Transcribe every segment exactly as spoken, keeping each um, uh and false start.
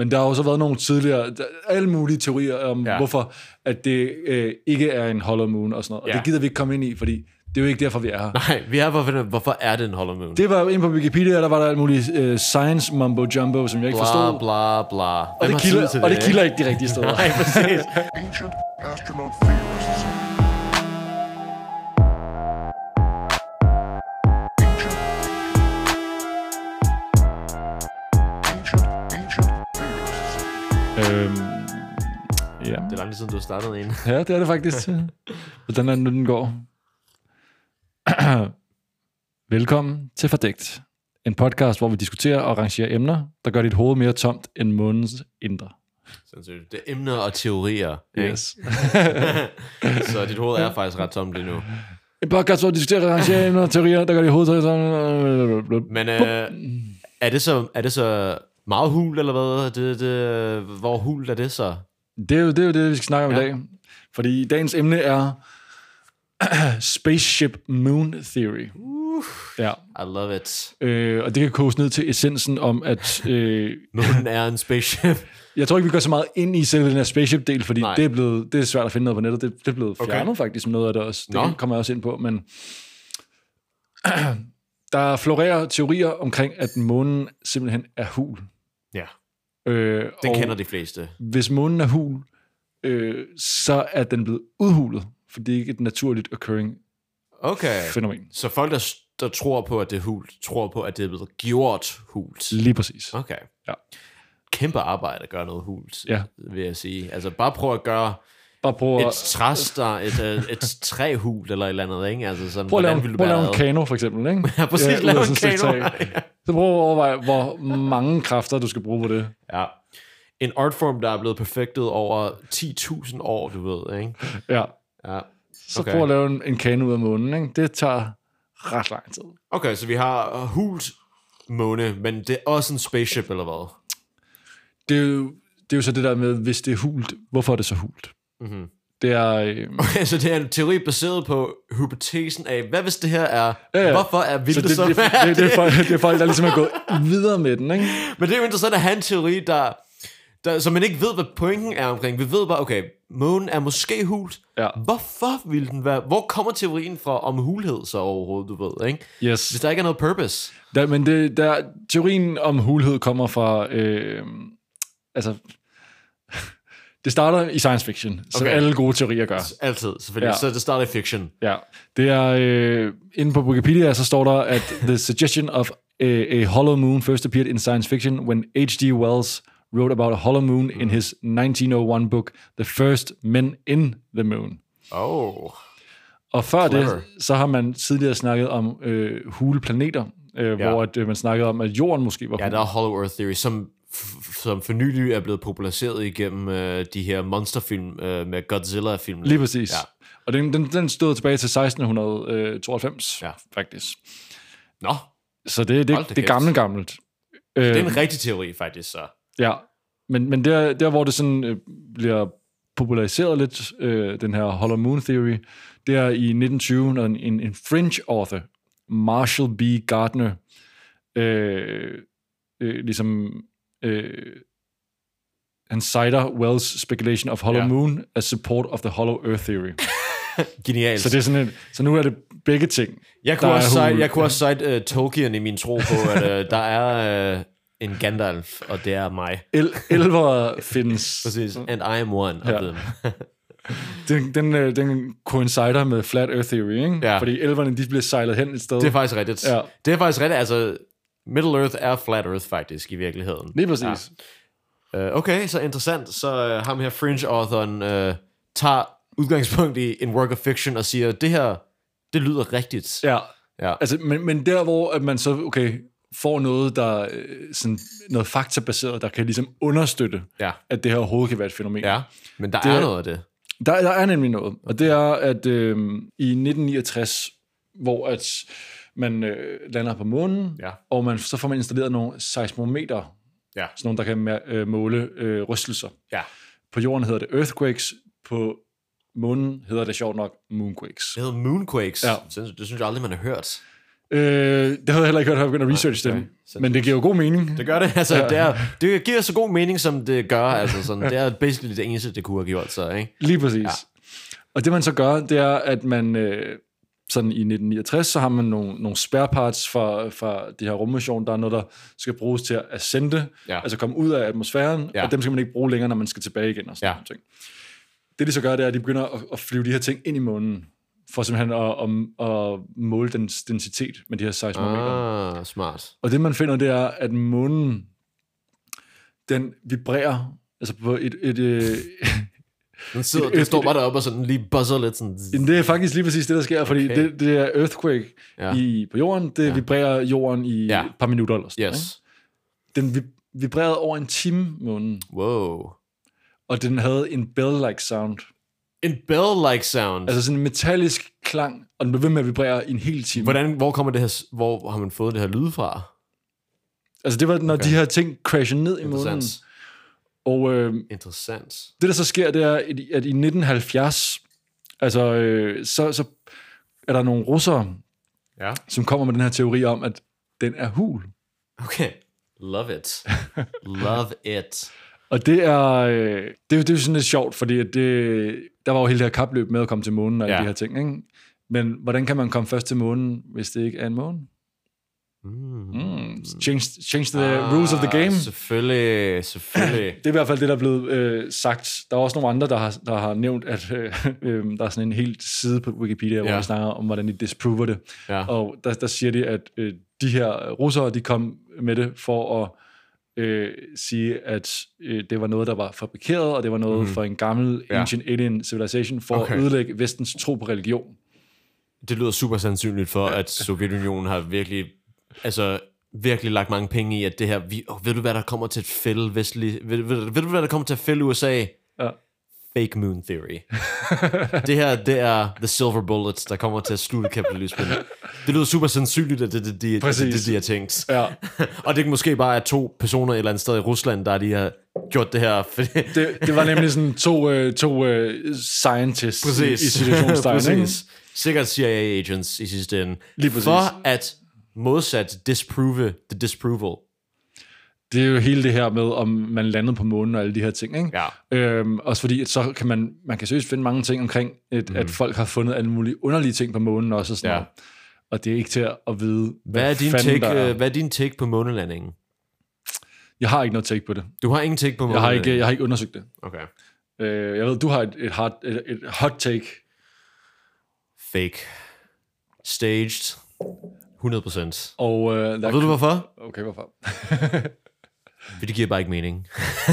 Men der har også været nogle tidligere, der, alle mulige teorier om, ja. hvorfor at det øh, ikke er en hollow moon og sådan noget. Og ja. det gider vi ikke komme ind i, fordi det er jo ikke derfor, vi er her. Nej, vi er hvorfor, hvorfor er det en hollow moon? Det var inde på Wikipedia, der var der alt muligt uh, science mumbo jumbo, som jeg ikke bla, forstod. Bla, bla, og, det kilder, det, og det kilder ikke de rigtige steder. Nej, præcis. Ancient astronaut theorists. Øhm, ja. Det er lang tid siden, du har startet en. Ja, det er det faktisk. Hvordan er det nu, den går? Velkommen til Fordækt. En podcast, hvor vi diskuterer og arrangerer emner, der gør dit hoved mere tomt end månens indre. Sindssygt. Det er emner og teorier. Yes. Så dit hoved er faktisk ret tomt lige nu. En podcast, hvor vi diskuterer og arrangerer emner og teorier, der gør dit hoved tomt. Men øh, er, det så, er det så meget hult, eller hvad? Det, det, hvor hult er det så? Det er jo det, er jo det vi skal snakke om ja. i dag. Fordi dagens emne er Spaceship Moon Theory. Uh, ja. I love it. Øh, og det kan koges ned til essensen om, at Øh, månen er en spaceship. Jeg tror ikke, vi går så meget ind i selve den her spaceship-del, fordi det er, blevet, det er svært at finde noget på nettet. Det, det er blevet fjernet okay. faktisk med noget af det også. Det Nå. kommer jeg også ind på, men der florerer teorier omkring, at månen simpelthen er hul. Ja, øh, den kender de fleste. Hvis månen er hul, øh, så er den blevet udhulet, for det er ikke et naturligt occurring okay. fænomen. Så folk, der, der tror på, at det er hult, tror på, at det er blevet gjort hult. Lige præcis. Okay. Ja. Kæmpe arbejde at gøre noget hult, ja. vil jeg sige. Altså bare prøv at gøre bare prøv et træster, et, et, et træhult eller et eller andet, ikke? Altså sådan, prøv at lave, prøv at lave en kano, for eksempel, ikke? Ja, præcis, ja, lave en kano. Så prøv at overveje, hvor mange kræfter, du skal bruge på det. Ja. En artform, der er blevet perfektet over ti tusind år, du ved, ikke? Ja. Ja. Okay. Så prøv at lave en, en kano ud af månen, ikke? Det tager ret lang tid. Okay, så vi har hult måne, men det er også en spaceship, eller hvad? Det er, jo, det er jo så det der med, hvis det er hult, hvorfor er det så hult? Mm-hmm. Det er... Øh... Okay, så det er en teori baseret på hypotesen af, hvad hvis det her er... Ja, ja. Hvorfor er vildt så det, så det, det, det, det, er folk, det er folk, der ligesom er gået videre med den, ikke? Men det er jo interessant at have en teori, der, der, som man ikke ved, hvad pointen er omkring. Vi ved bare, okay, månen er måske hult. Ja. Hvorfor vil den være... Hvor kommer teorien fra om hulhed så overhovedet, du ved, ikke? Yes. Hvis der ikke er noget purpose. Der, men det, der, teorien om hulhed kommer fra... Øh, altså... Det starter i science fiction, som okay. alle gode teorier gør. Altid, selvfølgelig. Ja. Så det starter i fiction. Ja. Det er... Øh, inde på Wikipedia, så står der, at the suggestion of a, a hollow moon first appeared in science fiction when H G Wells wrote about a hollow moon mm. in his nineteen oh one book, The First Men in the Moon. Oh. Og før Clever. det, så har man tidligere snakket om øh, hule planeter, øh, ja. hvor at, øh, man snakkede om, at jorden måske var hul. Ja, der er Hollow Earth Theory, som, f- som for nylig er blevet populariseret igennem øh, de her monsterfilm øh, med Godzilla-film. Lige præcis. Ja. Og den, den, den stod tilbage til seksten tooghalvfems, ja. faktisk. Nå. Så det, det, det er gammelt, gammelt. Det er en rigtig teori, faktisk, så. Ja, men, men der, der, hvor det sådan øh, bliver populariseret lidt, øh, den her Hollow Moon Theory, det er i nitten tyve, når en, en French author, Marshall B. Gardner, øh, øh, ligesom øh, han citer Wells' speculation of Hollow ja. Moon as support of the Hollow Earth Theory. Genialt. Så det er sådan en, så nu er det begge ting. Jeg kunne også cite, jeg kunne også cite uh, Tolkien i min tro på, at uh, der er uh, en Gandalf, og det er mig. El- elver findes. Præcis, and I am one ja. of them. den, den, den coincider med Flat Earth Theory, ikke? Ja. Fordi elverne, de bliver sejlet hen et sted. Det er faktisk rigtigt. Ja. Det er faktisk rigtigt, altså Middle Earth er Flat Earth faktisk i virkeligheden. Lige præcis. Ja. Uh, okay, så interessant. Så uh, ham her Fringe-authoren uh, tager udgangspunkt i en work of fiction og siger, det her, det lyder rigtigt. Ja, ja. Altså, men, men der hvor at man så, okay, får noget, der sådan noget faktabaseret, der kan ligesom understøtte, ja. at det her overhovedet kan være et fænomen. Ja, men der det, er noget af det. Der, der er nemlig noget, og det er, at øh, i nitten niogtres, hvor at man øh, lander på månen, ja. og man, så får man installeret nogle seismometer, ja. sådan nogle, der kan øh, måle øh, rystelser. Ja. På jorden hedder det earthquakes, på månen hedder det sjovt nok moonquakes. Det hedder moonquakes? Ja. Det synes jeg aldrig, man har hørt. Øh, det havde jeg heller ikke hørt, at jeg begyndte at researche okay. dem. Men det giver jo god mening. Det gør det, altså. Ja. Det, er, det giver så god mening, som det gør. Altså, sådan, det er basically det eneste, det kunne have gjort. Så, ikke? Lige præcis. Ja. Og det man så gør, det er, at man øh, sådan i nitten niogtres, så har man nogle, nogle spare parts fra, fra de her rummission. Der er noget, der skal bruges til at ascende, Ja. altså komme ud af atmosfæren, Ja. og dem skal man ikke bruge længere, når man skal tilbage igen. Og sådan Ja. nogle ting. Det de så gør, det er, at de begynder at, at flyve de her ting ind i månen, for simpelthen at, at, at måle dens densitet med de her seismometer. Ah, smart. Og det man finder, det er, at månen, den vibrerer, altså på et... et, et Den, sidder, den står bare deroppe og sådan lige buzzer lidt sådan. det er faktisk lige præcis det, der sker, fordi Okay. det, det er earthquake Ja. i, på jorden, det Ja. vibrerer jorden i Ja. et par minutter eller sådan. Yes. Ikke? Den vib- vibrerede over en time, månen, Wow. og den havde en bell-like sound. En bell-like sound. Altså sådan en metallisk klang, og den blev ved med at vibrere i en hel time. Hvordan, hvor kommer det her, hvor har man fået det her lyd fra? Altså det var, når Okay. de her ting crasher ned i månen. Interessant. Og øh, Interessant. det, der så sker, det er, at i- at i nitten halvfjerds, altså, øh, så, så er der nogle russere, Ja. som kommer med den her teori om, at den er hul. Okay. Love it. Love it. Og det er, øh, det, er jo, det er jo sådan lidt sjovt, fordi at det, der var jo hele det her kapløb med at komme til månen og alle Ja. de her ting. Ikke? Men hvordan kan man komme først til månen, hvis det ikke er en måne? Mm. Mm. Change, change the ah, rules of the game. Selvfølgelig, selvfølgelig. Det er i hvert fald det, der er blevet øh, sagt. Der er også nogle andre, der har, der har nævnt, at øh, øh, der er sådan en helt side på Wikipedia, ja. hvor de snakker om, hvordan de disprover det. Ja. Og der, der siger de, at øh, de her russere, de kom med det for at øh, sige, at øh, det var noget, der var fabrikeret, og det var noget mm. for en gammel Ja. ancient alien civilization, for Okay. at ødelægge vestens tro på religion. Det lyder super sandsynligt for, at Sovjetunionen har virkelig, altså virkelig lagt mange penge i, at det her, vi, oh, ved du hvad der kommer til at fælde vestlig, ved, ved, ved du hvad der kommer til at fælde U S A? Ja. Fake moon theory. Det her, det er the silver bullet, der kommer til at slutte kapitalismen. Det lyder super sandsynligt, at det er det, de, det, det, de har tænkt. Ja. Og det kan måske bare er to personer et eller andet sted i Rusland, der de har gjort det her. Fordi Det, det var nemlig sådan to, øh, to øh, scientists Præcis. i, i situationstegn. ikke? Præcis. Sikkert C I A-agents i sidste ende. Lige præcis. For at modsat disprove the disproval. Det er jo hele det her med, om man landede på månen og alle de her ting. Ikke? Ja. Øhm, også fordi, at så kan man, man kan seriøst finde mange ting omkring, et, mm. at folk har fundet alle mulige underlige ting på månen også. Og, sådan Ja. noget. Og det er ikke til at vide, Hvad er, din fanden take, der øh, hvad er din take på månelandingen? Jeg har ikke noget take på det. Du har ingen take på Jeg har månelandingen? ikke, jeg har ikke undersøgt det. Okay. Øh, jeg ved, du har et, et, hard, et, et hot take. Fake. Staged. hundrede procent. Og, øh, der Og ved du hvorfor? Okay, hvorfor? For det giver bare ikke mening.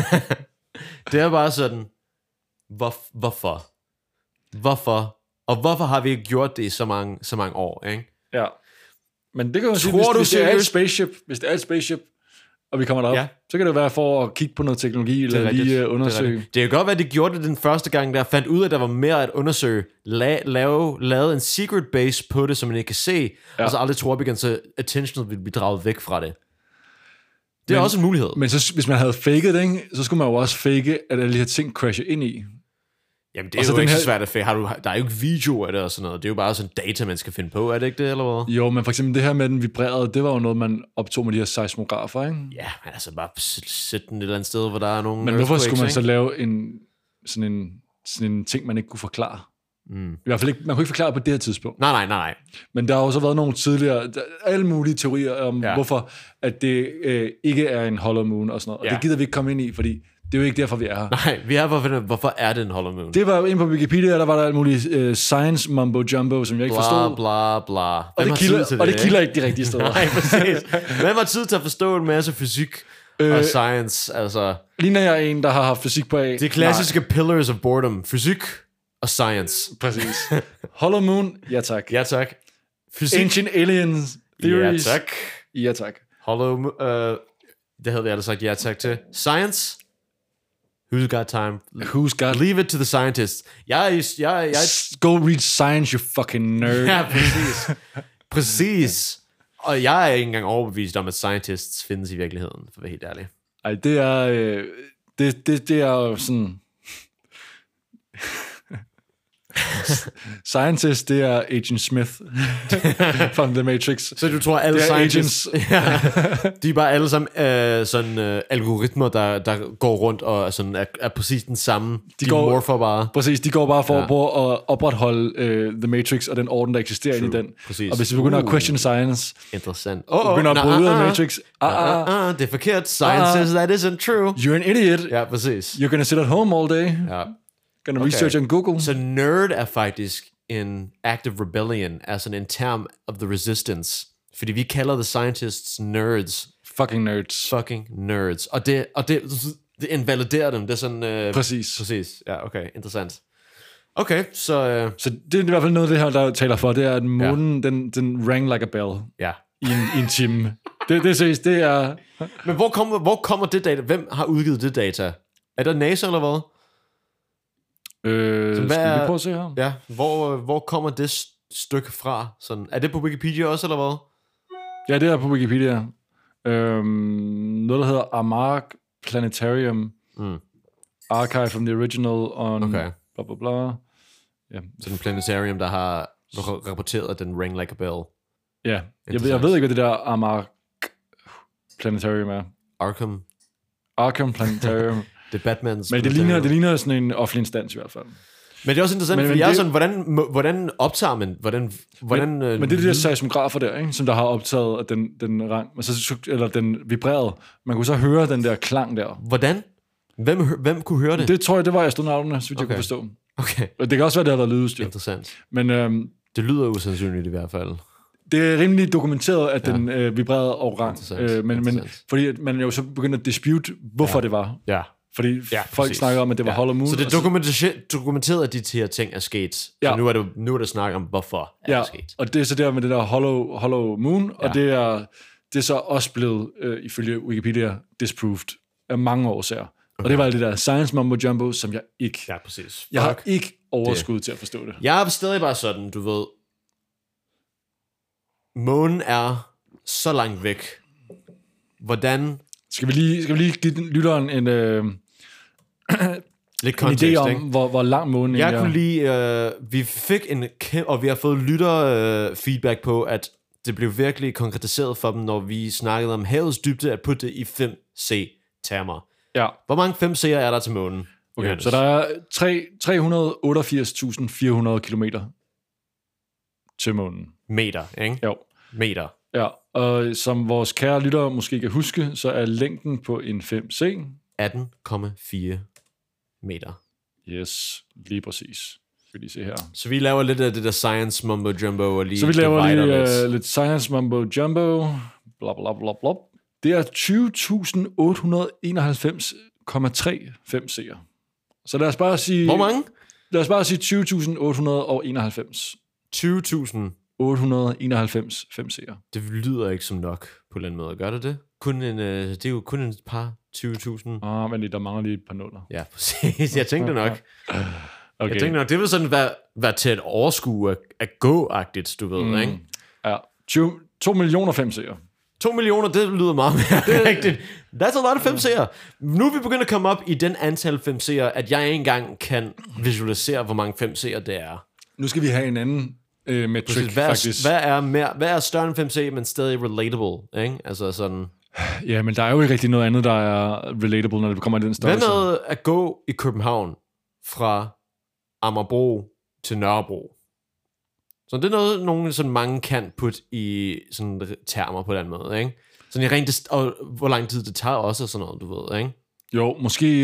Det er bare sådan, hvor, hvorfor? Hvorfor? Og hvorfor har vi ikke gjort det i så mange, så mange år, ikke? Ja. Men det kan man sige, Tror hvis, du hvis det er et seriøst- spaceship, hvis det er et spaceship, og vi kommer derop, Ja. ja. så kan det være for at kigge på noget teknologi, Det er eller rigtigt. lige Det uh, er undersøge. rigtigt. Det kan godt være, at de gjorde det den første gang, der fandt ud af, at der var mere at undersøge. La- lave, lavede en secret base på det, som man ikke kan se, ja. og så aldrig tog op igen, så attention ville blive draget væk fra det. Det er Men- også en mulighed. Men så, hvis man havde faked det, ikke, så skulle man jo også fake, at alle de her ting crasher ind i. Jamen, det er Og så jo den ikke her- så svært at fake. Har du, der er jo ikke video af det og sådan noget. Det er jo bare sådan data, man skal finde på. Er det ikke det, eller hvad? Jo, men for eksempel det her med, at den vibrerede, det var jo noget, man optog med de her seismografer, ikke? Ja, men altså bare s- sætte den et eller andet sted, hvor der er nogle Men hvorfor earthquakes, skulle man ikke? så lave en, sådan, en, sådan en ting, man ikke kunne forklare? Mm. I hvert fald ikke, man kunne ikke forklare på det her tidspunkt. Nej, nej, nej, nej. Men der har jo så været nogle tidligere, der, alle mulige teorier om, Ja. ja. hvorfor at det øh, ikke er en hollow moon og sådan noget. Og Ja. det gider vi ikke komme ind i, fordi det er jo ikke derfor, vi er her. Nej, vi er for at finde, hvorfor er det en hollow moon? Det var jo inde på Wikipedia, der var der alt muligt øh, science mumbo jumbo, som jeg ikke Bla, forstod. bla, bla. og Hvem har det, kilder, tid til og det ikke? kilder ikke de rigtige steder. Nej, præcis. Hvem har tid til at forstå en masse fysik og science? Altså, Ligner jeg en, der har haft fysik på A? det klassiske pillars of boredom. Fysik og science. Nej, præcis. Hollow moon, ja tak. Ja, tak. Fysik. Ancient aliens theories. Ja, tak. Ja tak. Hollow, uh, det havde vi alle sagt ja tak til. Science. Who's got time? Who's got... Leave it to the scientists. Jeg er... Jeg, jeg, Go read science, you fucking nerd. ja, præcis. Præcis. Og jeg er ikke engang overbevist om, at scientists findes i virkeligheden, for at være helt ærlig. Ej, det er... Øh, det, det, det er jo sådan... Scientist, det er Agent Smith fra The Matrix. Så du tror, alle Det er scientists, ja, de er bare alle sammen øh, sådan øh, algoritmer, der, der går rundt og sådan er, er præcis den samme. De, de går- morfer bare. Præcis, de går bare for Ja. ja. på at opretholde uh, The Matrix og den orden, der eksisterer inde i den. Præcis. Og hvis vi begynder Uh. at question science, Interessant. og begynder at bryde ud af Matrix, ah, ah, Ah, ah, det er forkert. Science Ah, ah. says that isn't true. you're an idiot. Ja, præcis. You're gonna sit at home all day. Ja. Gonna Okay. research on Google. Så nerd er faktisk en act of rebellion, er sådan en term of the resistance. Fordi vi kalder the scientists nerds. Fucking nerds. Fucking nerds. Og det, og det, det invaliderer dem. Det er sådan... Øh, Præcis. Præcis. Ja, okay. Interessant. Okay, så... Øh, Så det er i hvert fald noget af det her, der taler for, det er, at månen, ja. den, den rang like a bell ja. i en, i en time. Det, det ses, det er... Men hvor kommer, hvor kommer det data? Hvem har udgivet det data? Er det NASA eller hvad? Øh, hvad skal er- vi prøve at se her? Ja, hvor, hvor kommer det st- stykke fra? Sådan, er det på Wikipedia også, eller hvad? Ja, det er på Wikipedia. Øhm, noget, der hedder Amark Planetarium. Mm. Archive from the original on... Okay. Bla, bla, bla. Ja, Sådan en planetarium, der har r- rapporteret, at den ring like a bell. ja. Jeg, ved- jeg ved ikke, hvad det der Amark Planetarium er. Arkham. Arkham Planetarium. Det er Batmans Men det ligner, det ligner sådan en offentlig instans i hvert fald. Men det er også interessant, Men- men, men fordi jeg er det- sådan, hvordan, må- hvordan optager man, hvordan, hvordan Men, øh, men det er de der seismografer der, ikke, som der har optaget, at den, den rang, men så, eller den vibrerede. Man kunne så høre den der klang der. hvordan? Hvem, hø- hvem kunne høre det? Det tror jeg, det var astronauterne, så vidt okay. jeg Okay. kunne forstå. Okay, Og det kan også være, det har været lydudstyr. interessant. Men øhm, Det lyder usandsynligt i hvert fald. det er rimelig dokumenteret, at ja. den øh, vibrerede og rang. Interessant. Øh, men, men Interessant. fordi at man jo så begynder at dispute, hvorfor ja. det var. Ja. Fordi Ja, ja, folk præcis. snakker om, at det var Ja. Hollow Moon. Så det og er dokumenteret, dokumenteret, at de her ting er sket. Ja. Ja. Så nu er det, nu er det snak om, hvorfor er Ja, det sket. og det er så der med det der Hollow, Hollow Moon, og Ja. det er, det er så også blevet, øh, ifølge Wikipedia, disproved af mange årsager. Okay. Og det var alt det der science mumbo jumbo, som jeg ikke... Ja, præcis. Jeg har Fuck. ikke overskud det. til at forstå det. Jeg er stadig bare sådan, du ved, månen er så langt væk. Hvordan... Skal vi lige, skal vi lige give den, lytteren en, øh, Lidt en kontekst, idé om, ikke? hvor, hvor lang månen Jeg egentlig kunne er? lide, øh, vi fik en kæmpe, og vi har fået lytter øh, feedback på, at det blev virkelig konkretiseret for dem, når vi snakkede om havets dybde, at putte det i fem C termer. Ja, Hvor mange fem C'er er der til månen? okay. Johannes? Så der er tre hundrede og otteogfirs tusind fire hundrede kilometer til månen. Meter, ikke? Jo. Meter. Ja, og som vores kære lyttere måske kan huske, så er længden på en fem C. atten komma fire meter. Yes, lige præcis. Skal vi lige se her. Så vi laver lidt af det der science mumbo jumbo og lige Så vi laver divider lige lidt. uh, lidt science mumbo jumbo. Bla bla bla bla. Det er tyve tusind otte hundrede og enoghalvfems komma tre fem C'er. Så lad os bare sige... Hvor mange? Lad os bare sige tyve tusind otte hundrede og enoghalvfems. tyve tusind. otte hundrede og enoghalvfems fem C'er. Det lyder ikke som nok på en eller anden måde. Gør det det? Kun en, øh, det er jo kun en par tyve tusind. Ah, men lige, der mangler lige et par nuller. Ja, præcis. Jeg tænkte nok. Okay. Jeg tænkte nok, det vil sådan være, være til et overskue at, at gå-agtigt, du ved, mm. ikke? Ja, tyve, to millioner fem C'er. To millioner, det lyder meget mere rigtigt. That's a lot of fem C'er. Nu er vi begyndt at komme op i den antal fem C'er, at jeg ikke engang kan visualisere, hvor mange fem C'er det er. Nu skal vi have en anden øh, metric, Præcis. Hvad faktisk. er, hvad, er mere, hvad er større end fem C, men stadig relatable, ikke? Altså sådan... Ja, men der er jo ikke rigtig noget andet, der er relatable, når det kommer i den Hvad størrelse. med at gå i København fra Amagerbro til Nørrebro? Så det er noget, nogen sådan mange kan putte i sådan termer på den måde, ikke? Sådan i rent, dist- og hvor lang tid det tager også, og sådan noget, du ved, ikke? Jo, måske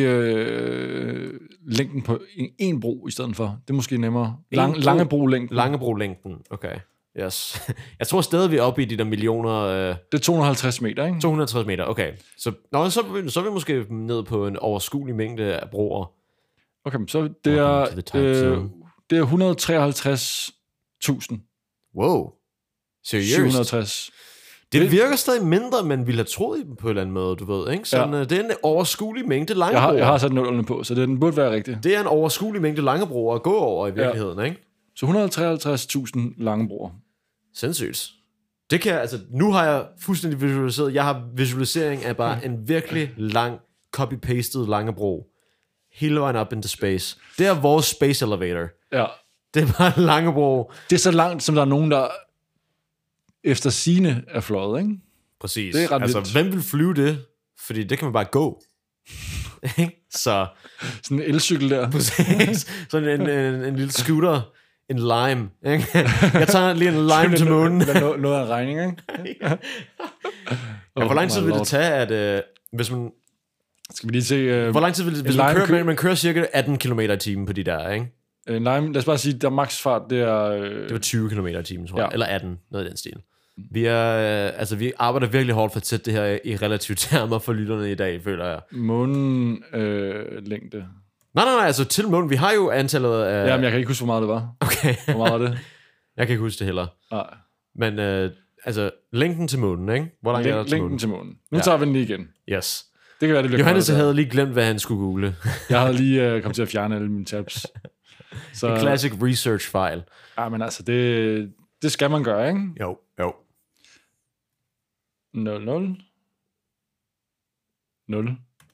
øh, længden på en, en bro i stedet for. Det er måske nemmere. Lang, bro. Langebro-længden. Langebro-længden, okay. Yes. Jeg tror stadig, vi er oppe i de der millioner... Øh, Det er to hundrede og halvtreds meter, ikke? to hundrede og tres meter, okay. Så, nå, så, er vi- så er vi måske ned på en overskuelig mængde af broer. Okay, så det Welcome er, to the time øh, zone. det er et hundrede og treoghalvtreds tusind Wow. syv hundrede Seriøst? og tres. Det virker stadig mindre, men vi ville have troet i dem på en eller anden måde, du ved, ikke? Sådan, Ja. ja. Det er en overskuelig mængde Jeg langebroer. har, jeg har sat nullerne på, så den burde være rigtig. Det er en overskuelig mængde langebroer at gå over i virkeligheden, ja. Ikke? Så et hundrede og treoghalvtreds tusind lange broer. Sindssygt. Det kan jeg, altså, nu har jeg fuldstændig visualiseret, jeg har visualisering af bare en virkelig lang, copy-pasted langebro, hele vejen op into space. Det er vores space elevator. Ja. Det er bare Langebro. Det er så langt, som der er nogen, der efter sigende er fløjet, ikke? Præcis. Det er ret altså, vildt. hvem vil flyve det? Fordi det kan man bare gå. Så Sådan en elcykel der. præcis. Sådan en, en, en lille scooter. En lime. Ikke? Jeg tager lige en lime til månen. Noget, noget, noget af en regning, ikke? Ja, hvor lang tid my vil det lord. tage, at øh, hvis man... Skal vi lige se... Uh, Hvor lang tid vil det, hvis en man lime kører, kø- man, man kører cirka atten kilometer i timen på de der, ikke? en lime, lad os bare sige, der maksfart, det er... Øh, Det var tyve kilometer i timen, tror jeg. Ja. Eller atten, noget i den stil. Vi, er, øh, altså, vi arbejder virkelig hårdt for at sætte det her i relativt termer for lytterne i dag, føler jeg. månen øh, længde. Nej, nej, nej, altså til månen. Vi har jo antallet af... Jamen, jeg kan ikke huske, hvor meget det var. Okay. Hvor meget var det? Jeg kan ikke huske det heller. Nej. Men øh, altså, længden til månen, ikke? Hvor langt er der Læng- til længden månen? til månen. Nu Ja. tager vi den lige igen. Yes. Det kan være, det bliver Johannes kortere. havde lige glemt, hvad han skulle google. Jeg havde lige øh, kommet til at fjerne alle mine tabs. Så, En classic research file. ja, men altså, det, det skal man gøre, ikke? Jo, jo. nul nul nul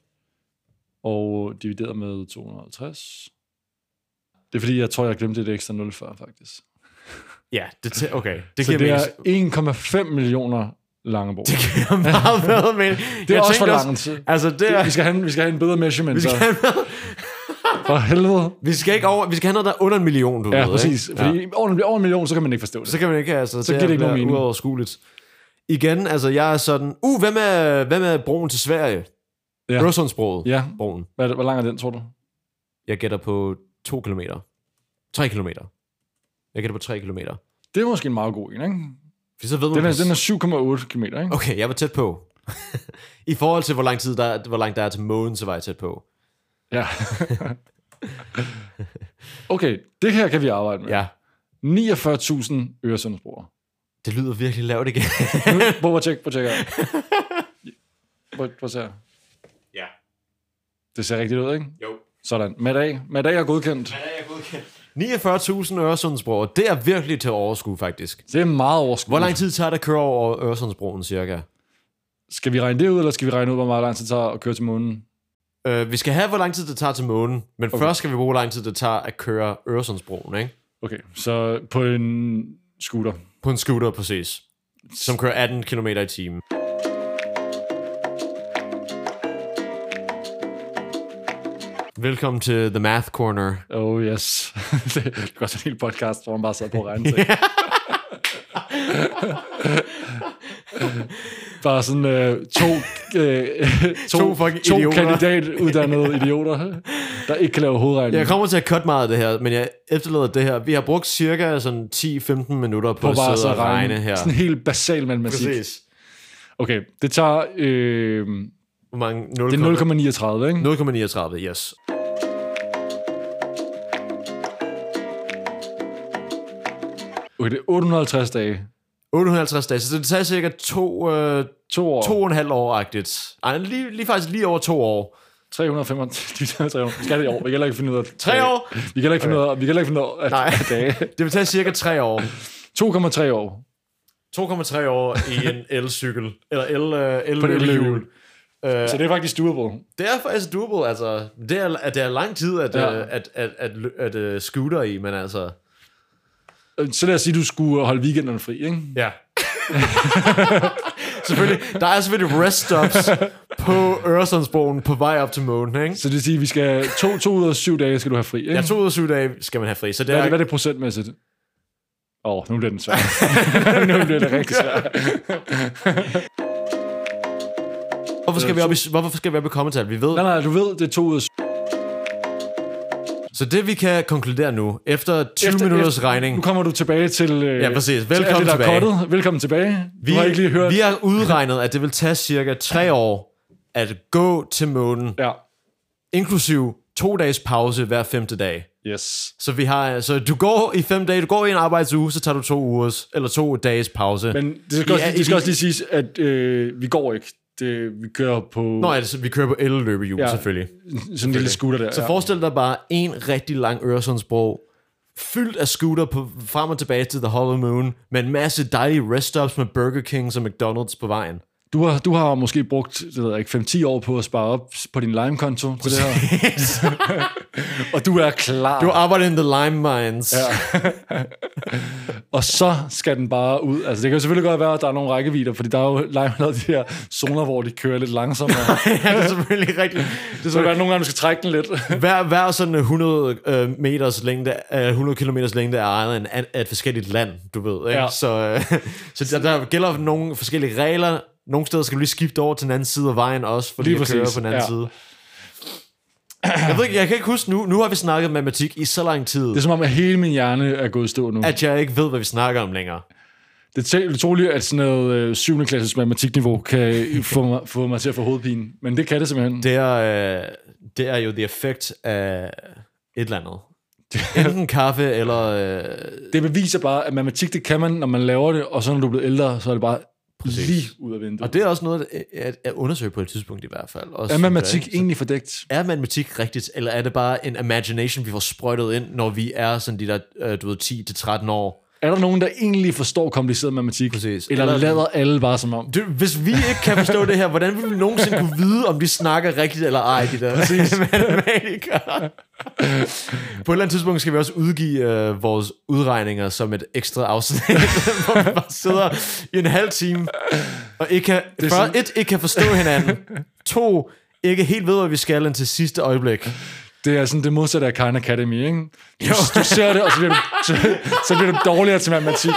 og divideret med to hundrede og halvtreds. Det er fordi, jeg tror, jeg glemte et ekstra nul før, faktisk. Ja, det t- okay. Det Så giver det er mening. en komma fem millioner Langebro. Det giver meget bedre mening. Det er Jeg også for tænkte langt. Altså, det er... Vi skal have, vi skal have en bedre measurement. Vi skal, så. For helvede. vi skal ikke over... Vi skal have noget, der er under en million, du Ja, ved, præcis. ikke? Fordi over, når det bliver over en million, så kan man ikke forstå det. Så kan man ikke, altså... Så giver det ikke nogen mening. Uoverskueligt. Igen, altså, jeg er sådan... Uh, hvem er, hvem er broen til Sverige? Ja. Øresundsbroet. Ja. Broen. Hvad, hvor lang er den, tror du? Jeg gætter på to kilometer. Tre kilometer. Jeg gætter på tre kilometer. Det er måske en meget god en, ikke? For så ved man... Den er, præcis- den er syv komma otte kilometer, ikke? Okay, jeg var tæt på. I forhold til, hvor lang tid der er, hvor langt der er til månen, så var jeg tæt på. Ja. Okay, det her kan vi arbejde med. Ja. niogfyrre tusind Øresundsbroer. Det lyder virkelig lavt igen. Nu, prøv at tjekke, prøv at tjekke her. Prøv, prøv at se her. Ja. Det ser rigtigt ud, ikke? Jo. Sådan. Med dag. Med dag er godkendt. niogfyrre tusind Øresundsbroer. Det er virkelig til overskud, faktisk. Det er meget overskueligt. Hvor lang tid tager det at køre over Øresundsbroen, cirka? Skal vi regne det ud, eller skal vi regne ud, hvor meget lang tid det tager at køre til månen? Uh, vi skal have, hvor lang tid det tager til månen, men Okay. okay. først skal vi bruge, hvor lang tid det tager at køre Øresundsbroen, ikke? Okay, så på en scooter. På en scooter, præcis. Som kører atten kilometer i timen. Velkommen til The Math Corner. Oh yes. Det er godt sådan en hel podcast, hvor man bare sidder på at regne ting. Bare sådan øh, to, øh, to, To fucking to idioter. kandidatuddannede idioter, der ikke kan lave hovedregning. Jeg kommer til at cut meget af det her, men jeg efterlader det her. Vi har brugt cirka sådan ti til femten minutter på, på at bare sidde så og at regne regne her. sådan helt basal matematik. Præcis. Okay, det tager øh, Hvor mange? det er nul komma niogtredive, ikke? nul komma niogtredive, yes. Okay, det er otte hundrede og halvtreds dage. otte hundrede og halvtreds dage, så det tager cirka to, øh, To år. to og en halv år-agtigt. Ej, lige, lige faktisk lige over to år. tre hundrede og femogtredive. Vi skal have det i år. Vi kan heller ikke finde ud af... Tre år? Vi kan heller ikke finde ud af... Vi kan heller ikke finde ud af... Nej. af dage. Det vil tage cirka tre år. to komma tre år. to komma tre år i en elcykel. Eller el, øh, el På et elløbehjul. elløbehjul. Øh, Så det er faktisk doable. det er faktisk doable, altså. Det er, at det er lang tid at, Ja. ja. at, at, at, at, at uh, scooter i, men altså... Så lad os sige, at du skulle holde weekenderne fri, ikke? Ja. Selvfølgelig. Der er selvfølgelig rest stops på Øresundsbroen på vej op til månen, ikke? Så det vil sige, at vi skal to, to ud af syv dage skal du have fri, ikke? Ja, to ud af syv dage skal man have fri, så det Hvad er er... det, hvad er det procentmæssigt? Åh, oh, nu bliver den svær. Nu bliver det rigtig svært. Hvorfor skal vi op i, hvorfor skal vi op i kommentar? Vi ved... Nej, nej, du ved, det er to ud af syv. Så det vi kan konkludere nu, efter tyve Efter- minutters efter- regning... Nu kommer du tilbage til... Øh, Ja, præcis. til alt Velkommen det, der er tilbage. cuttet. Velkommen tilbage. Vi, Du har ikke lige hørt... vi har udregnet, at det vil tage cirka tre år at gå til månen, Ja. inklusiv to dages pause hver femte dag. Yes. Så vi har, så du går i fem dage, du går i en arbejdsuge, så tager du to ugers, eller to dages pause. Men det skal, også, Ja, det skal i- også lige siges, at øh, vi går ikke. Det, vi kører på Nå, altså, vi kører på el-løbehjul, Ja. ja. selvfølgelig. sådan en lille scooter der. Så ja. forestil dig bare en rigtig lang Øresundsbro, fyldt af scooter på, frem og tilbage til The Hollow Moon, med en masse dejlige rest stops med Burger Kings og McDonald's på vejen. Du har, du har måske brugt det ved jeg ikke, fem til ti år på at spare op på din Lime-konto til det her. og du er klar. Du arbejder in the lime mines. Ja. Og så skal den bare ud. Altså, det kan jo selvfølgelig godt være, at der er nogle rækkevidder, fordi der er jo Lime lavet de her zoner, hvor de kører lidt langsommere. Ja, det er selvfølgelig rigtigt. Det er så være, nogle gange, du skal trække den lidt. Hver, hver sådan hundrede øh, meters længde, øh, hundrede kilometers længde er ejet af, af et forskelligt land, du ved. Ikke? Ja. Så, øh, så der, der gælder nogle forskellige regler. Nogle steder skal du lige skifte over til den anden side af vejen også, for lige, lige at køre på den anden ja. side. Jeg ved ikke, jeg kan ikke huske nu. Nu har vi snakket matematik i så lang tid. Det er som om, at hele min hjerne er gået i stå nu. At jeg ikke ved, hvad vi snakker om længere. Det er utroligt, at sådan noget øh, syvende klasses matematikniveau kan få mig, få mig til at få hovedpine. Men det kan det simpelthen. Det er, øh, det er jo the effect af et eller andet. Enten kaffe eller... Øh... Det beviser bare, at matematik, det kan man, når man laver det, og så når du er blevet ældre, så er det bare præcis. Lige ud af vinduet. Og det er også noget at, at undersøge på et tidspunkt i hvert fald. Også, er matematik jeg, egentlig fordækt? Er matematik rigtigt, eller er det bare en imagination, vi får sprøjtet ind, når vi er sådan de der, øh, du ved, ti til tretten år? Er der nogen, der egentlig forstår kompliceret matematik? Præcis. Eller, eller lader alle bare som om? Du, hvis vi ikke kan forstå det her, hvordan vil vi nogensinde kunne vide, om de snakker rigtigt eller ej, de der matematikere? På et eller andet tidspunkt skal vi også udgive øh, vores udregninger som et ekstra afsnit, hvor vi bare sidder i en halv time, og ikke kan, for sådan... et, ikke kan forstå hinanden, to, ikke helt ved, hvad vi skal indtil sidste øjeblik. Det er sådan det modsatte af Khan Academy, ikke? Du, du ser det, og så bliver du, så, så bliver du dårligere til matematik.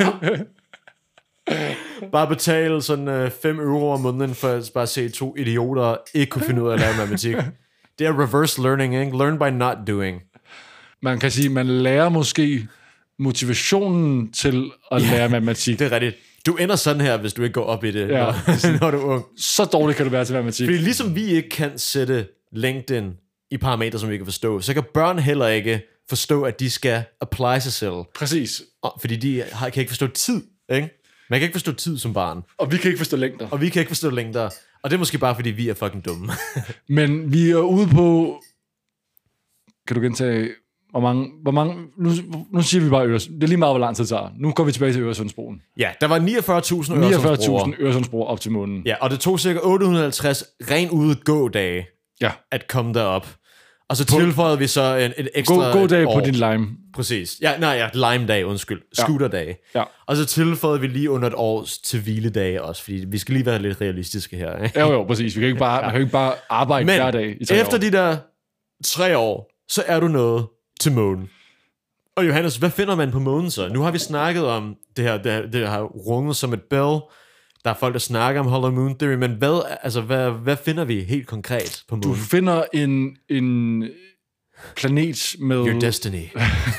Bare betale sådan øh, fem euro om måneden, for at bare se to idioter ikke kunne finde ud af at lave matematik. Det er reverse learning, ikke? Learn by not doing. Man kan sige, man lærer måske motivationen til at ja, lære matematik. Det er rigtigt. Du ender sådan her, hvis du ikke går op i det, ja. når, når du er ung. Så dårligt kan du være til matematik. Fordi ligesom vi ikke kan sætte længden i parametre, som vi kan forstå, så kan børn heller ikke forstå, at de skal apply sig selv. Præcis. Fordi de har, kan ikke forstå tid, ikke? Man kan ikke forstå tid som barn. Og vi kan ikke forstå længder. Og vi kan ikke forstå længder. Og det er måske bare, fordi vi er fucking dumme. Men vi er ude på... Kan du gentage... Hvor mange... Hvor mange nu, nu siger vi bare Øresund. Det er lige meget, hvor lang tid det tager. Nu går vi tilbage til Øresundsbroen. Ja, der var niogfyrre tusind niogfyrre tusind Øresundsbroer op til månen. Ja, og det tog cirka otte hundrede og halvtreds ren ude gå-dage ja. At komme derop. Og så tilføjede vi så en, en ekstra God, god dag på din lime. Præcis. Ja, nej, ja, lime-dag, undskyld. Scooter-dag. Ja. Og så tilføjede vi lige under et års til hviledage også, fordi vi skal lige være lidt realistiske her. Ikke? Jo, jo, præcis. Vi kan ikke bare, ja. man kan ikke bare arbejde Men hver dag i tre efter år. de der tre år, så er du nået til månen. Og Johannes, hvad finder man på månen så? Nu har vi snakket om det her, det, her, det har runget som et bell. Der er folk, der snakker om Hollow Moon Theory, men hvad, altså, hvad, hvad finder vi helt konkret på månen? Du finder en, en planet med... Your destiny.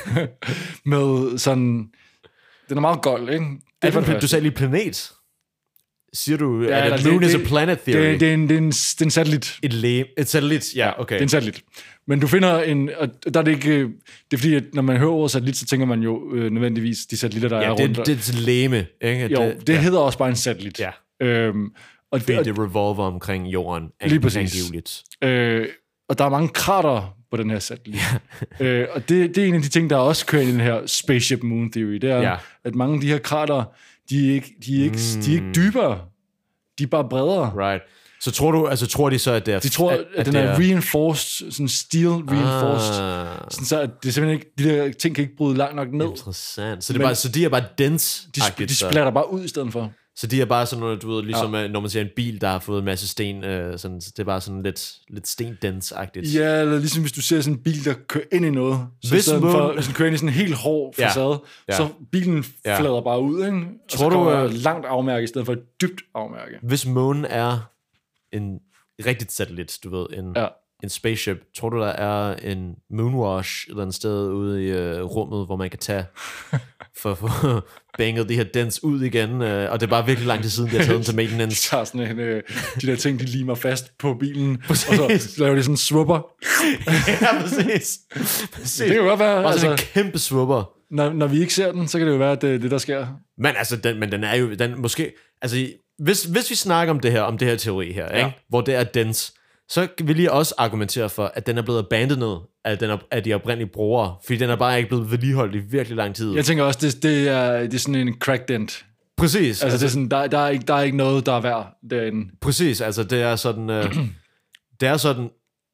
med sådan... Den er meget gold, ikke? Det er det, du sagde lige planet. Siger du, ja, at moon det, is a planet theory? Det, det, er, en, det, er, en, det er en satellit. Et, læ- et satellit, ja, okay. Det er en satellit. Men du finder en... Og der er det ikke... Det er fordi, at når man hører ordet satellit, så tænker man jo øh, nødvendigvis de satellitter, der ja, er det, rundt. Ja, det er et læme, ikke? Jo, det, det ja. hedder også bare en satellit. Ja. Øhm, og fordi det, det revolver omkring jorden. Lige præcis. Øh, og der er mange krater på den her satellit. Ja. øh, og det, det er en af de ting, der også kører i den her Spaceship Moon Theory. Det er, ja. at mange af de her krater, de er ikke, de er ikke, mm. de er ikke dybere. De er bare bredere. Right. Så tror du, altså tror de så, at det er... De tror, at, at, at den er, er reinforced, sådan steel reinforced. Ah. Sådan så, at det simpelthen ikke, de der ting kan ikke bryde langt nok ned. Interessant. Så, det er bare, så de er bare dense. De, sp- de splatter bare ud i stedet for. Så de er bare sådan noget, du ved, ligesom ja. når man ser en bil, der har fået en masse sten, øh, sådan, det er bare sådan lidt, lidt stendens-agtigt. Ja, eller ligesom hvis du ser sådan en bil, der kører ind i noget, så hvis stedet for, hvis den kører ind i sådan en helt hård facade, ja. Ja. så bilen ja. flader bare ud, ikke? Og tror så du, uh, langt afmærke i stedet for et dybt afmærke. Hvis månen er en rigtigt satellit, du ved, en, ja. en spaceship, tror du, der er en moonwash eller et sted ude i uh, rummet, hvor man kan tage for at få banget de her dens ud igen, uh, og det er bare virkelig lang tid siden, de har taget den til maintenance. De tager sådan en, uh, de der ting, de limer fast på bilen, præcis. Og så laver de sådan en swupper. Ja, præcis. præcis. Det kan jo godt være. Bare altså, sådan en kæmpe swupper. Når, når vi ikke ser den, så kan det jo være, at det er det, der sker. Men altså, den, men den er jo, den måske, altså, hvis, hvis vi snakker om det her, om det her teori her, ja. ikke? Hvor det er dens, så vil jeg også argumentere for, at den er blevet abandoned af, den, af de oprindelige brugere, fordi den er bare ikke blevet vedligeholdt i virkelig lang tid. Jeg tænker også, det, det, er, det er sådan en crack dent. Præcis. Altså, altså det er sådan, der, der, er ikke, der er ikke noget, der er værd derinde. Præcis, altså det er sådan, øh, det er sådan,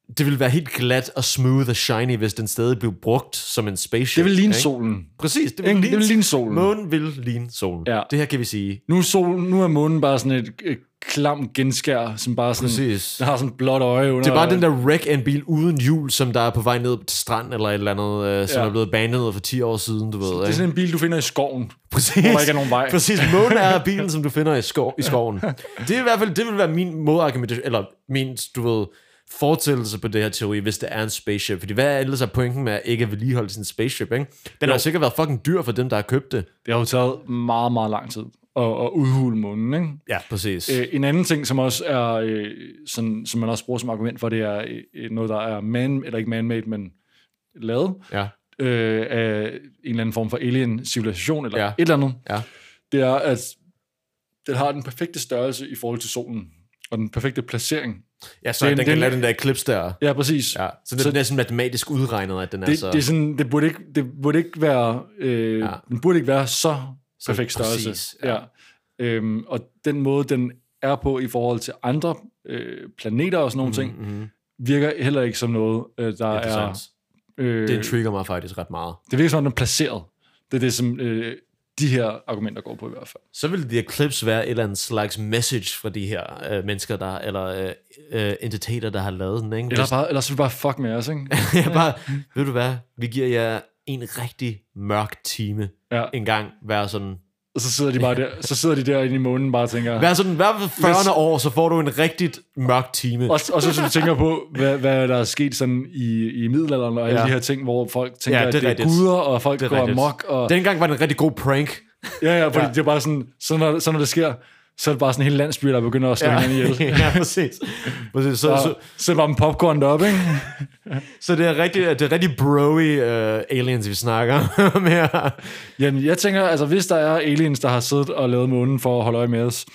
det ville være helt glat og smooth og shiny, hvis den stadig blev brugt som en spaceship. Det vil ligne ikke? solen. Præcis, det vil, Ikke? ligne, Det vil ligne solen. Månen vil ligne solen. Ja. Det her kan vi sige. Nu er, sol, nu er månen bare sådan et, et klam genskær, som bare sådan, Præcis. den har sådan et blåt øje under. Det er bare den der wreck af en bil uden hjul, som der er på vej ned til strand eller et eller andet, øh, som Ja. er blevet abandonet for ti år siden, du ved. Det er Ikke? sådan en bil, du finder i skoven. Præcis. Hvor der ikke er nogen vej. Præcis. Månen er bilen, som du finder i, skov, i skoven. Det er i hvert fald, det vil være min modargumentation, eller min, du ved, fortællelse på det her teori, hvis det er en spaceship. Fordi hvad er ellers er pointen med at ikke vedligeholde sin spaceship, ikke? Den har sikkert været fucking dyr for dem, der har købt det. Det har jo taget meget, meget lang tid at, at udhule månen, ikke? Ja, præcis. Øh, en anden ting, som også er, øh, sådan, som man også bruger som argument for, det er øh, noget, der er man, eller ikke man-made, men lavet Ja. øh, af en eller anden form for alien-civilisation, eller Ja. et eller andet. Ja. Det er, at den har den perfekte størrelse i forhold til solen, og den perfekte placering. Ja, så Den- den, den kan den- lave den der eclipse der. Ja, præcis. Ja, så det Så- er næsten matematisk udregnet, at den er Det, så... det, er sådan, det, burde ikke, det burde ikke være øh, Ja. ja. den burde ikke være så perfekt størrelse. præcis, ja. ja. Øhm, og den måde, den er på i forhold til andre øh, planeter og sådan nogle ting, mm-hmm. virker heller ikke som noget, øh, der er... Interessant. Øh, Det intriger mig faktisk ret meget. det virker som om, den er placeret. Det er det, som øh, de her argumenter går på i hvert fald. Så vil The Eclipse være et eller andet slags message fra de her øh, mennesker, der, eller øh, øh, entiteter, der har lavet den, ikke? Eller bare, ellers vil bare fuck med os, ikke? jeg bare, ved du hvad, vi giver jer en rigtig mørk time Ja. en gang hver sådan, Og så sidder de bare der, så sidder de derinde i månen bare og tænker... hver sådan, hver fyrre år, så får du en rigtig mørk time. Og, og så hvis du tænker på, hvad, hvad der er sket sådan i, i middelalderen, og alle Ja. de her ting, hvor folk tænker, Ja, ja, det det er at det er rigtigt. guder, og folk Det er går rigtigt. amok. Og, Dengang var det en rigtig god prank. ja, ja, fordi Ja. ja. det er bare sådan, så når, så når det sker, så er det bare sådan en hel landsby, der begynder at slå Ja, hinanden ihjel. ja præcis. præcis. Så, Og så, så bare en popcorn deroppe, ikke? så det er rigtig, det er rigtig broy uh, aliens, vi snakker om her. Jamen, jeg tænker, altså hvis der er aliens, der har siddet og lavet månen for at holde øje med os,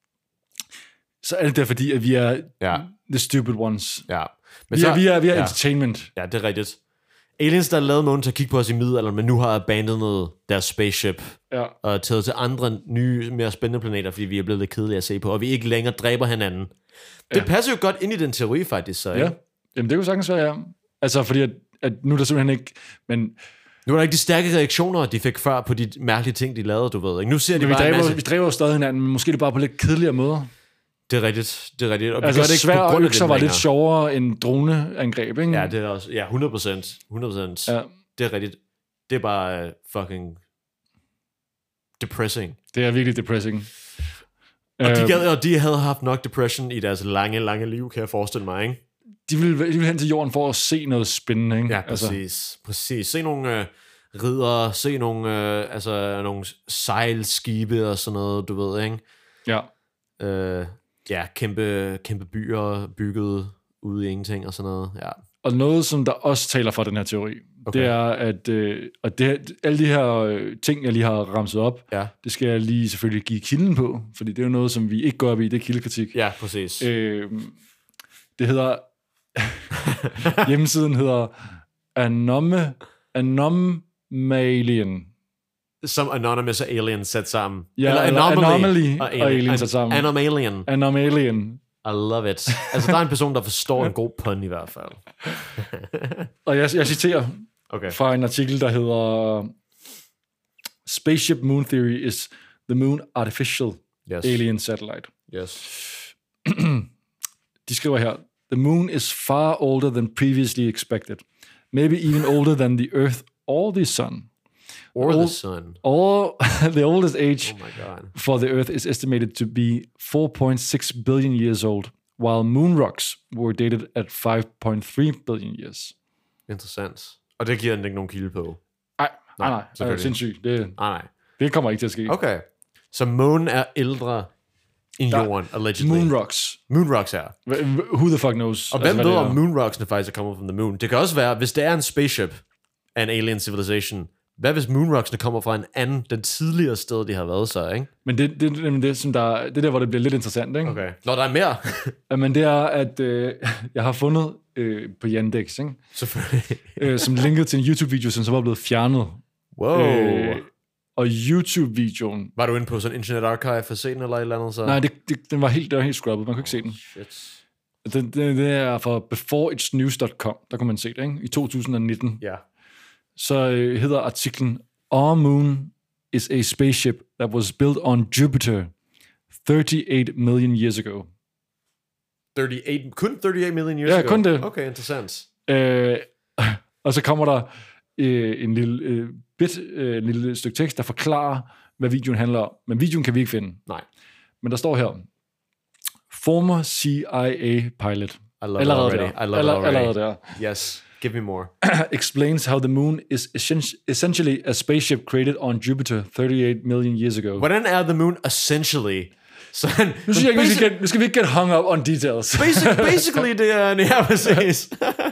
så er det der fordi, at vi er Ja. the stupid ones. Ja. Men Vi er, vi er, vi er ja. entertainment. Ja, det er rigtigt. Aliens, der har lavet månen til at kigge på os i middelalderen, men nu har abandonet deres spaceship Ja. og taget til andre nye, mere spændende planeter, fordi vi er blevet lidt kedelige at se på, og vi ikke længere dræber hinanden. Det Ja. passer jo godt ind i den teori, faktisk. Så, ikke? Ja. Jamen, det kunne sagtens være, ja. Altså, fordi at, at nu er der simpelthen ikke... Men Nu er der ikke de stærke reaktioner, de fik før på de mærkelige ting, de lavede, du ved. Ikke? Nu ser de vi bare en dræber, masse... vi dræber jo stadig hinanden, men måske er det bare på lidt kedeligere måder. Det er rigtigt, det er rigtigt. Og vi Altså, gør det ikke svær på og grund af økser det var lidt længere. sjovere end droneangreb, ikke? Ja, det er også... Ja, hundrede procent. hundrede procent. Ja. Det er rigtigt. Det er bare uh, fucking depressing. Det er virkelig depressing. Og de, Øh, gad, og de havde haft nok depression i deres lange, lange liv, kan jeg forestille mig, ikke? de, vil, de vil hen til jorden for at se noget spændende, ikke? Ja, præcis. Altså. Præcis. Se nogle øh, ridder, se nogle, øh, altså, nogle sejlskibe og sådan noget, du ved, ikke? Ja. Øh, ja, kæmpe, kæmpe byer bygget ude i ingenting og sådan noget, ja. Og noget, som der også taler for den her teori, Okay. okay. det er, at øh, og det, alle de her øh, ting, jeg lige har ramset op, Ja, det skal jeg lige selvfølgelig give kilden på, fordi det er jo noget, som vi ikke går op i, det er kildekritik. ja præcis. Øh, det hedder... hjemmesiden hedder Anome, Anomalien. Som Anonymous og Alien sat sammen. Ja, eller Anomaly og Alien An- sat sammen. Anomalien. Anomalien. I love it. Altså, der er en person, der forstår en god pun i hvert fald. Og jeg, jeg citerer Okay. fra en artikel, der hedder Spaceship Moon Theory is the moon artificial Yes. alien satellite. Yes. De skriver her, the moon is far older than previously expected. Maybe even older than the Earth or the sun. Or the Old- sun. All, the oldest age Oh my god. for the Earth is estimated to be four point six billion years old, while moon rocks were dated at five point three billion years. Interessant. Og det giver den ikke nogen kilde på. Nej, nej, nej. Det er selvfølgelig. sindssygt. Det, Nej, nej. det kommer ikke til at ske. Okay. Så månen er ældre end Der- jorden, allegedly. Moon rocks. Moon rocks er. Who the fuck knows? Og altså, hvem hvad ved, det om er. moon rocksene faktisk er kommet from the moon? Det kan også være, hvis det er en spaceship af en alien civilization, hvad hvis moon rocksene kommer fra en anden, den tidligere sted, de har været så, ikke? Men det, det, det, det, som der, det der, hvor det bliver lidt interessant, ikke? Okay. Når der er mere. Ja, men det er, at øh, jeg har fundet øh, på Yandex, ikke? Selvfølgelig. Øh, som linket til en YouTube-video, som så var blevet fjernet. Wow. Øh, og YouTube-videoen... Var du inde på sådan Internet Archive for at se den, eller et eller andet så? Nej, det, det, den var helt, den var helt scrubbet. Man kunne ikke se den. Shit. Det, det, det er fra before its news dot com, der kan man se det, ikke? I to tusind nitten. Ja. Så øh, hedder artiklen, Our moon is a spaceship that was built on Jupiter thirty-eight million years ago. thirty-eight, kun thirty-eight million years Ja, ago? kun det. Okay, interessant. Øh, og så kommer der øh, en lille øh, bit, øh, en lille stykke tekst, der forklarer, hvad videoen handler om. Men videoen kan vi ikke finde. Nej. Men der står her, former C I A pilot. I love allerede it already. der. I love Aller, it already. allerede der. Yes, give me more. Explains how the moon is essen- essentially a spaceship created on Jupiter thirty-eight million years ago. Hvordan er the moon essentially? Så han, Nu, synes jeg ikke, vi skal get, nu skal vi ikke get hung up on details. basic, basically, det er en ja, præcis.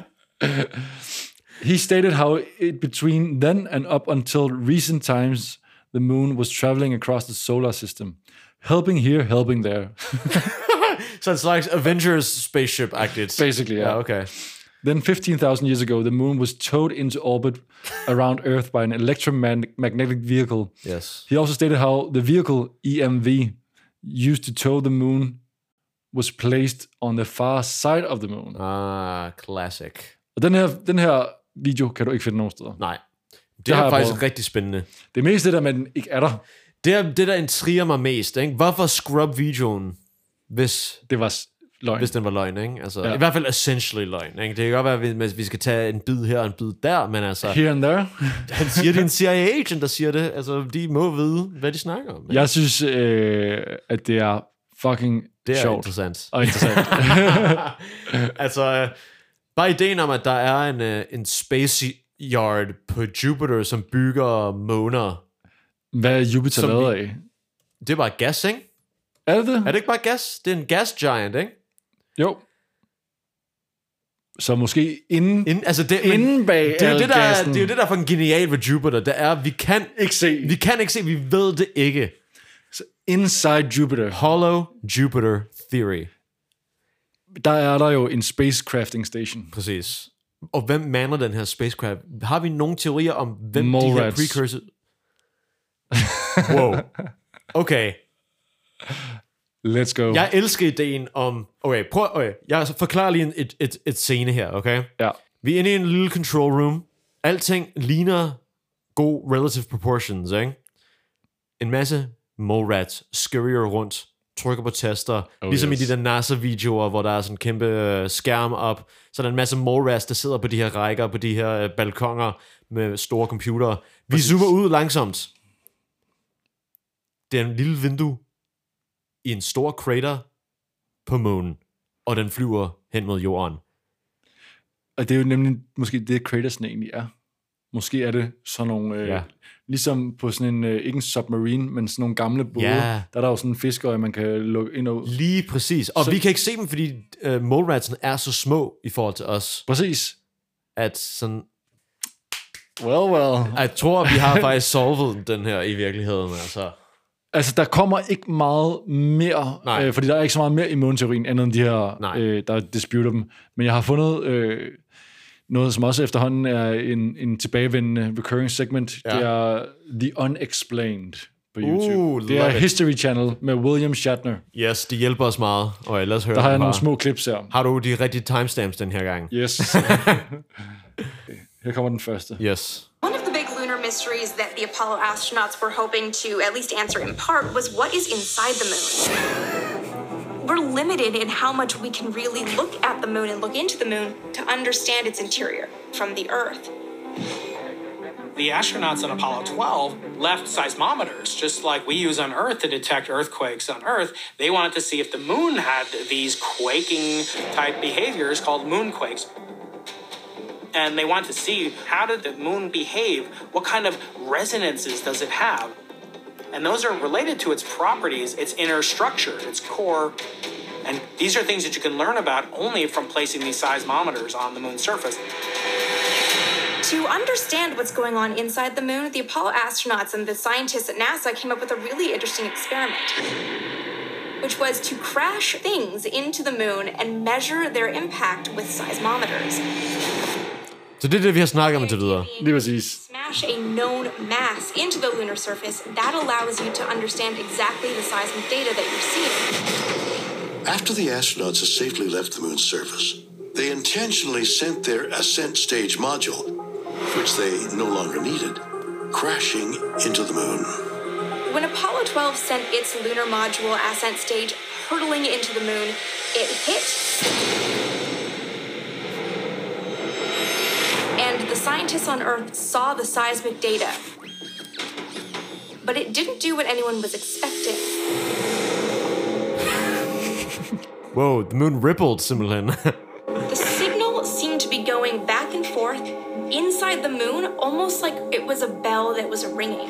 He stated how it, between then and up until recent times, the moon was traveling across the solar system. Helping here, helping there. Så en slags Avengers spaceship-agtigt. Basically, yeah. Ja, okay. Then fifteen thousand years ago, the moon was towed into orbit around Earth by an electromagnetic vehicle. Yes. He also stated how the vehicle, E M V, used to tow the moon, was placed on the far side of the moon. Ah, classic. Og den her, den her video kan du ikke finde nogen steder. Nej. Det, Det er har jeg faktisk prøvet. rigtig spændende. Det er mest det der, men ikke er der. Det er det, der intriger mig mest. Ikke? Hvorfor scrub videoen, hvis, Det var s- løgn. hvis den var løgn? Ikke? Altså, Ja. I hvert fald essentially løgn. Ikke? Det kan godt være, at vi, vi skal tage en bid her og en bid der, men altså, Here and there. han siger, det er en C I A-agent, der siger det. Altså, de må vide, hvad de snakker om. Ikke? Jeg synes, øh, at det er fucking Det er sjovt interessant. og interessant. Altså, øh, bare ideen om, at der er en, øh, en space yard på Jupiter, som bygger måner. Hvad er Jupiter Som lavet vi- af? Det er bare gas, ikke? Er det det? Er det ikke bare gas? Det er en gas giant, ikke? Jo. Så måske inden, Inden, altså det, men, inden bag det, er jo al det, der er, gassen. det er jo det, der er for genialt ved Jupiter. Det er, vi kan Ikke se. Vi kan ikke se, vi ved det ikke. Så inside Jupiter, Hollow Jupiter Theory. der er der jo en spacecrafting station. Præcis. Og hvem mander den her spacecraft? Har vi nogle teorier om, hvem de her Morats. precursors... Wow. Okay. Let's go. Jeg elsker ideen om... Okay, prøv... Okay, jeg forklarer lige en- et, et, et scene her, okay? Ja. Vi er inde i en lille control room. Alting ligner god relative proportions, ikke? En masse mole rats scurrier rundt, trykker på taster, oh, ligesom yes. i de der NASA-videoer, hvor der er sådan en kæmpe øh, skærm op. Så der er en masse mole rats, der sidder på de her rækker, på de her øh, balkonger med store computere. Vi Præcis. zoomer ud langsomt. Det er en lille vindue i en stor crater på månen, og den flyver hen mod jorden. Og det er jo nemlig måske det, cratersne egentlig er. Måske er det sådan nogle... Øh, Ja. Ligesom på sådan en... Øh, ikke en submarine, men sådan nogle gamle både. Ja. Der er der jo sådan en fiskeøje, man kan lukke ind og ud. Lige præcis. Og Så- vi kan ikke se dem, fordi uh, mole ratsene er så små i forhold til os, Præcis. at sådan... Well, well. Jeg tror, vi har faktisk solvet den her i virkeligheden, altså. Altså, der kommer ikke meget mere, Nej. øh, fordi der er ikke så meget mere i måneteorien, andet end de her, Nej. øh, der disputer dem. Men jeg har fundet øh, noget, som også efterhånden er en, en tilbagevendende recurring segment. Ja. Det er The Unexplained på YouTube. Uh, det er love it. History Channel med William Shatner. Yes, de hjælper os meget. Og lad os høre Der har jeg dem nogle bare. små clips her. Har du de rigtige timestamps den her gang? Yes. Her kommer den første. Yes. One of the big lunar mysteries that the Apollo astronauts were hoping to at least answer in part was what is inside the moon. We're limited in how much we can really look at the moon and look into the moon to understand its interior from the Earth. The astronauts on Apollo twelve left seismometers, just like we use on Earth to detect earthquakes on Earth. They wanted to see if the moon had these quaking type behaviors called moonquakes. And they wanted to see, how did the moon behave? What kind of resonances does it have? And those are related to its properties, its inner structure, its core. And these are things that you can learn about only from placing these seismometers on the moon's surface. To understand what's going on inside the moon, the Apollo astronauts and the scientists at NASA came up with a really interesting experiment, which was to crash things into the moon and measure their impact with seismometers. Så det er det, vi har snakket om indtil videre. Lige præcis. Smash a known mass into the lunar surface. That allows you to understand exactly the seismic data that you're seeing. After the astronauts had safely left the moon's surface, they intentionally sent their ascent stage module, which they no longer needed, crashing into the moon. When Apollo twelve sent its lunar module ascent stage hurtling into the moon, it hit. And the scientists on Earth saw the seismic data. But it didn't do what anyone was expecting. Whoa, the moon rippled, simpelthen. The signal seemed to be going back and forth inside the moon, almost like it was a bell that was ringing.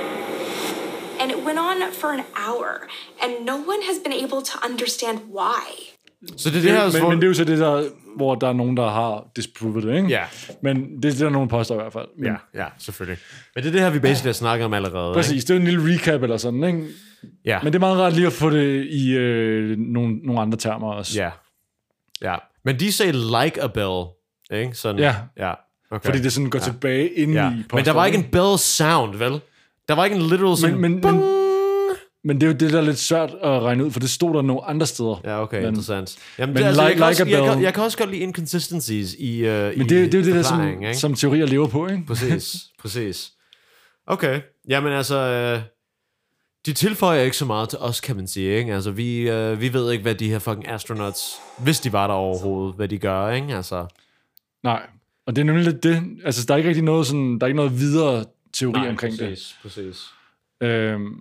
And it went on for an hour, and no one has been able to understand why. Så det er det her, men, hvor... men det er jo så det der, hvor der er nogen, der har disprovet det, ikke? Ja. Men det er det, der nogen påstår i hvert fald. Men, Ja, ja, selvfølgelig. Men det er det her, vi basically har snakket om allerede. præcis, det er en lille recap eller sådan, ikke? Ja. Men det er meget rart lige at få det i øh, nogle, nogle andre termer også. Ja. Ja. Men de sagde like a bell, ikke? Sådan, Ja. Ja. Okay. Fordi det sådan går ja. tilbage ind Ja. i påstanden. Men der var ikke en bell sound, vel? Der var ikke en literal sådan... Men, men, men, men det er jo det, der er lidt svært at regne ud, for det stod der nogle andre steder. Ja, okay, men, interessant. Jamen, men det, altså, like- jeg, kan like også, a jeg, kan, bell. jeg kan også godt lide inconsistencies i uh, Men det, det er jo det, der, som, ikke? som teorier lever på, ikke? Præcis, præcis. Okay, jamen altså, øh, de tilføjer ikke så meget til os, kan man sige, ikke? Altså, vi, øh, vi ved ikke, hvad de her fucking astronauts, hvis de var der overhovedet, hvad de gør, ikke? Altså, Nej, og det er nemlig lidt det. Altså, der er ikke rigtig noget, sådan, der er ikke noget videre teori nej, omkring præcis, præcis. det. Øhm,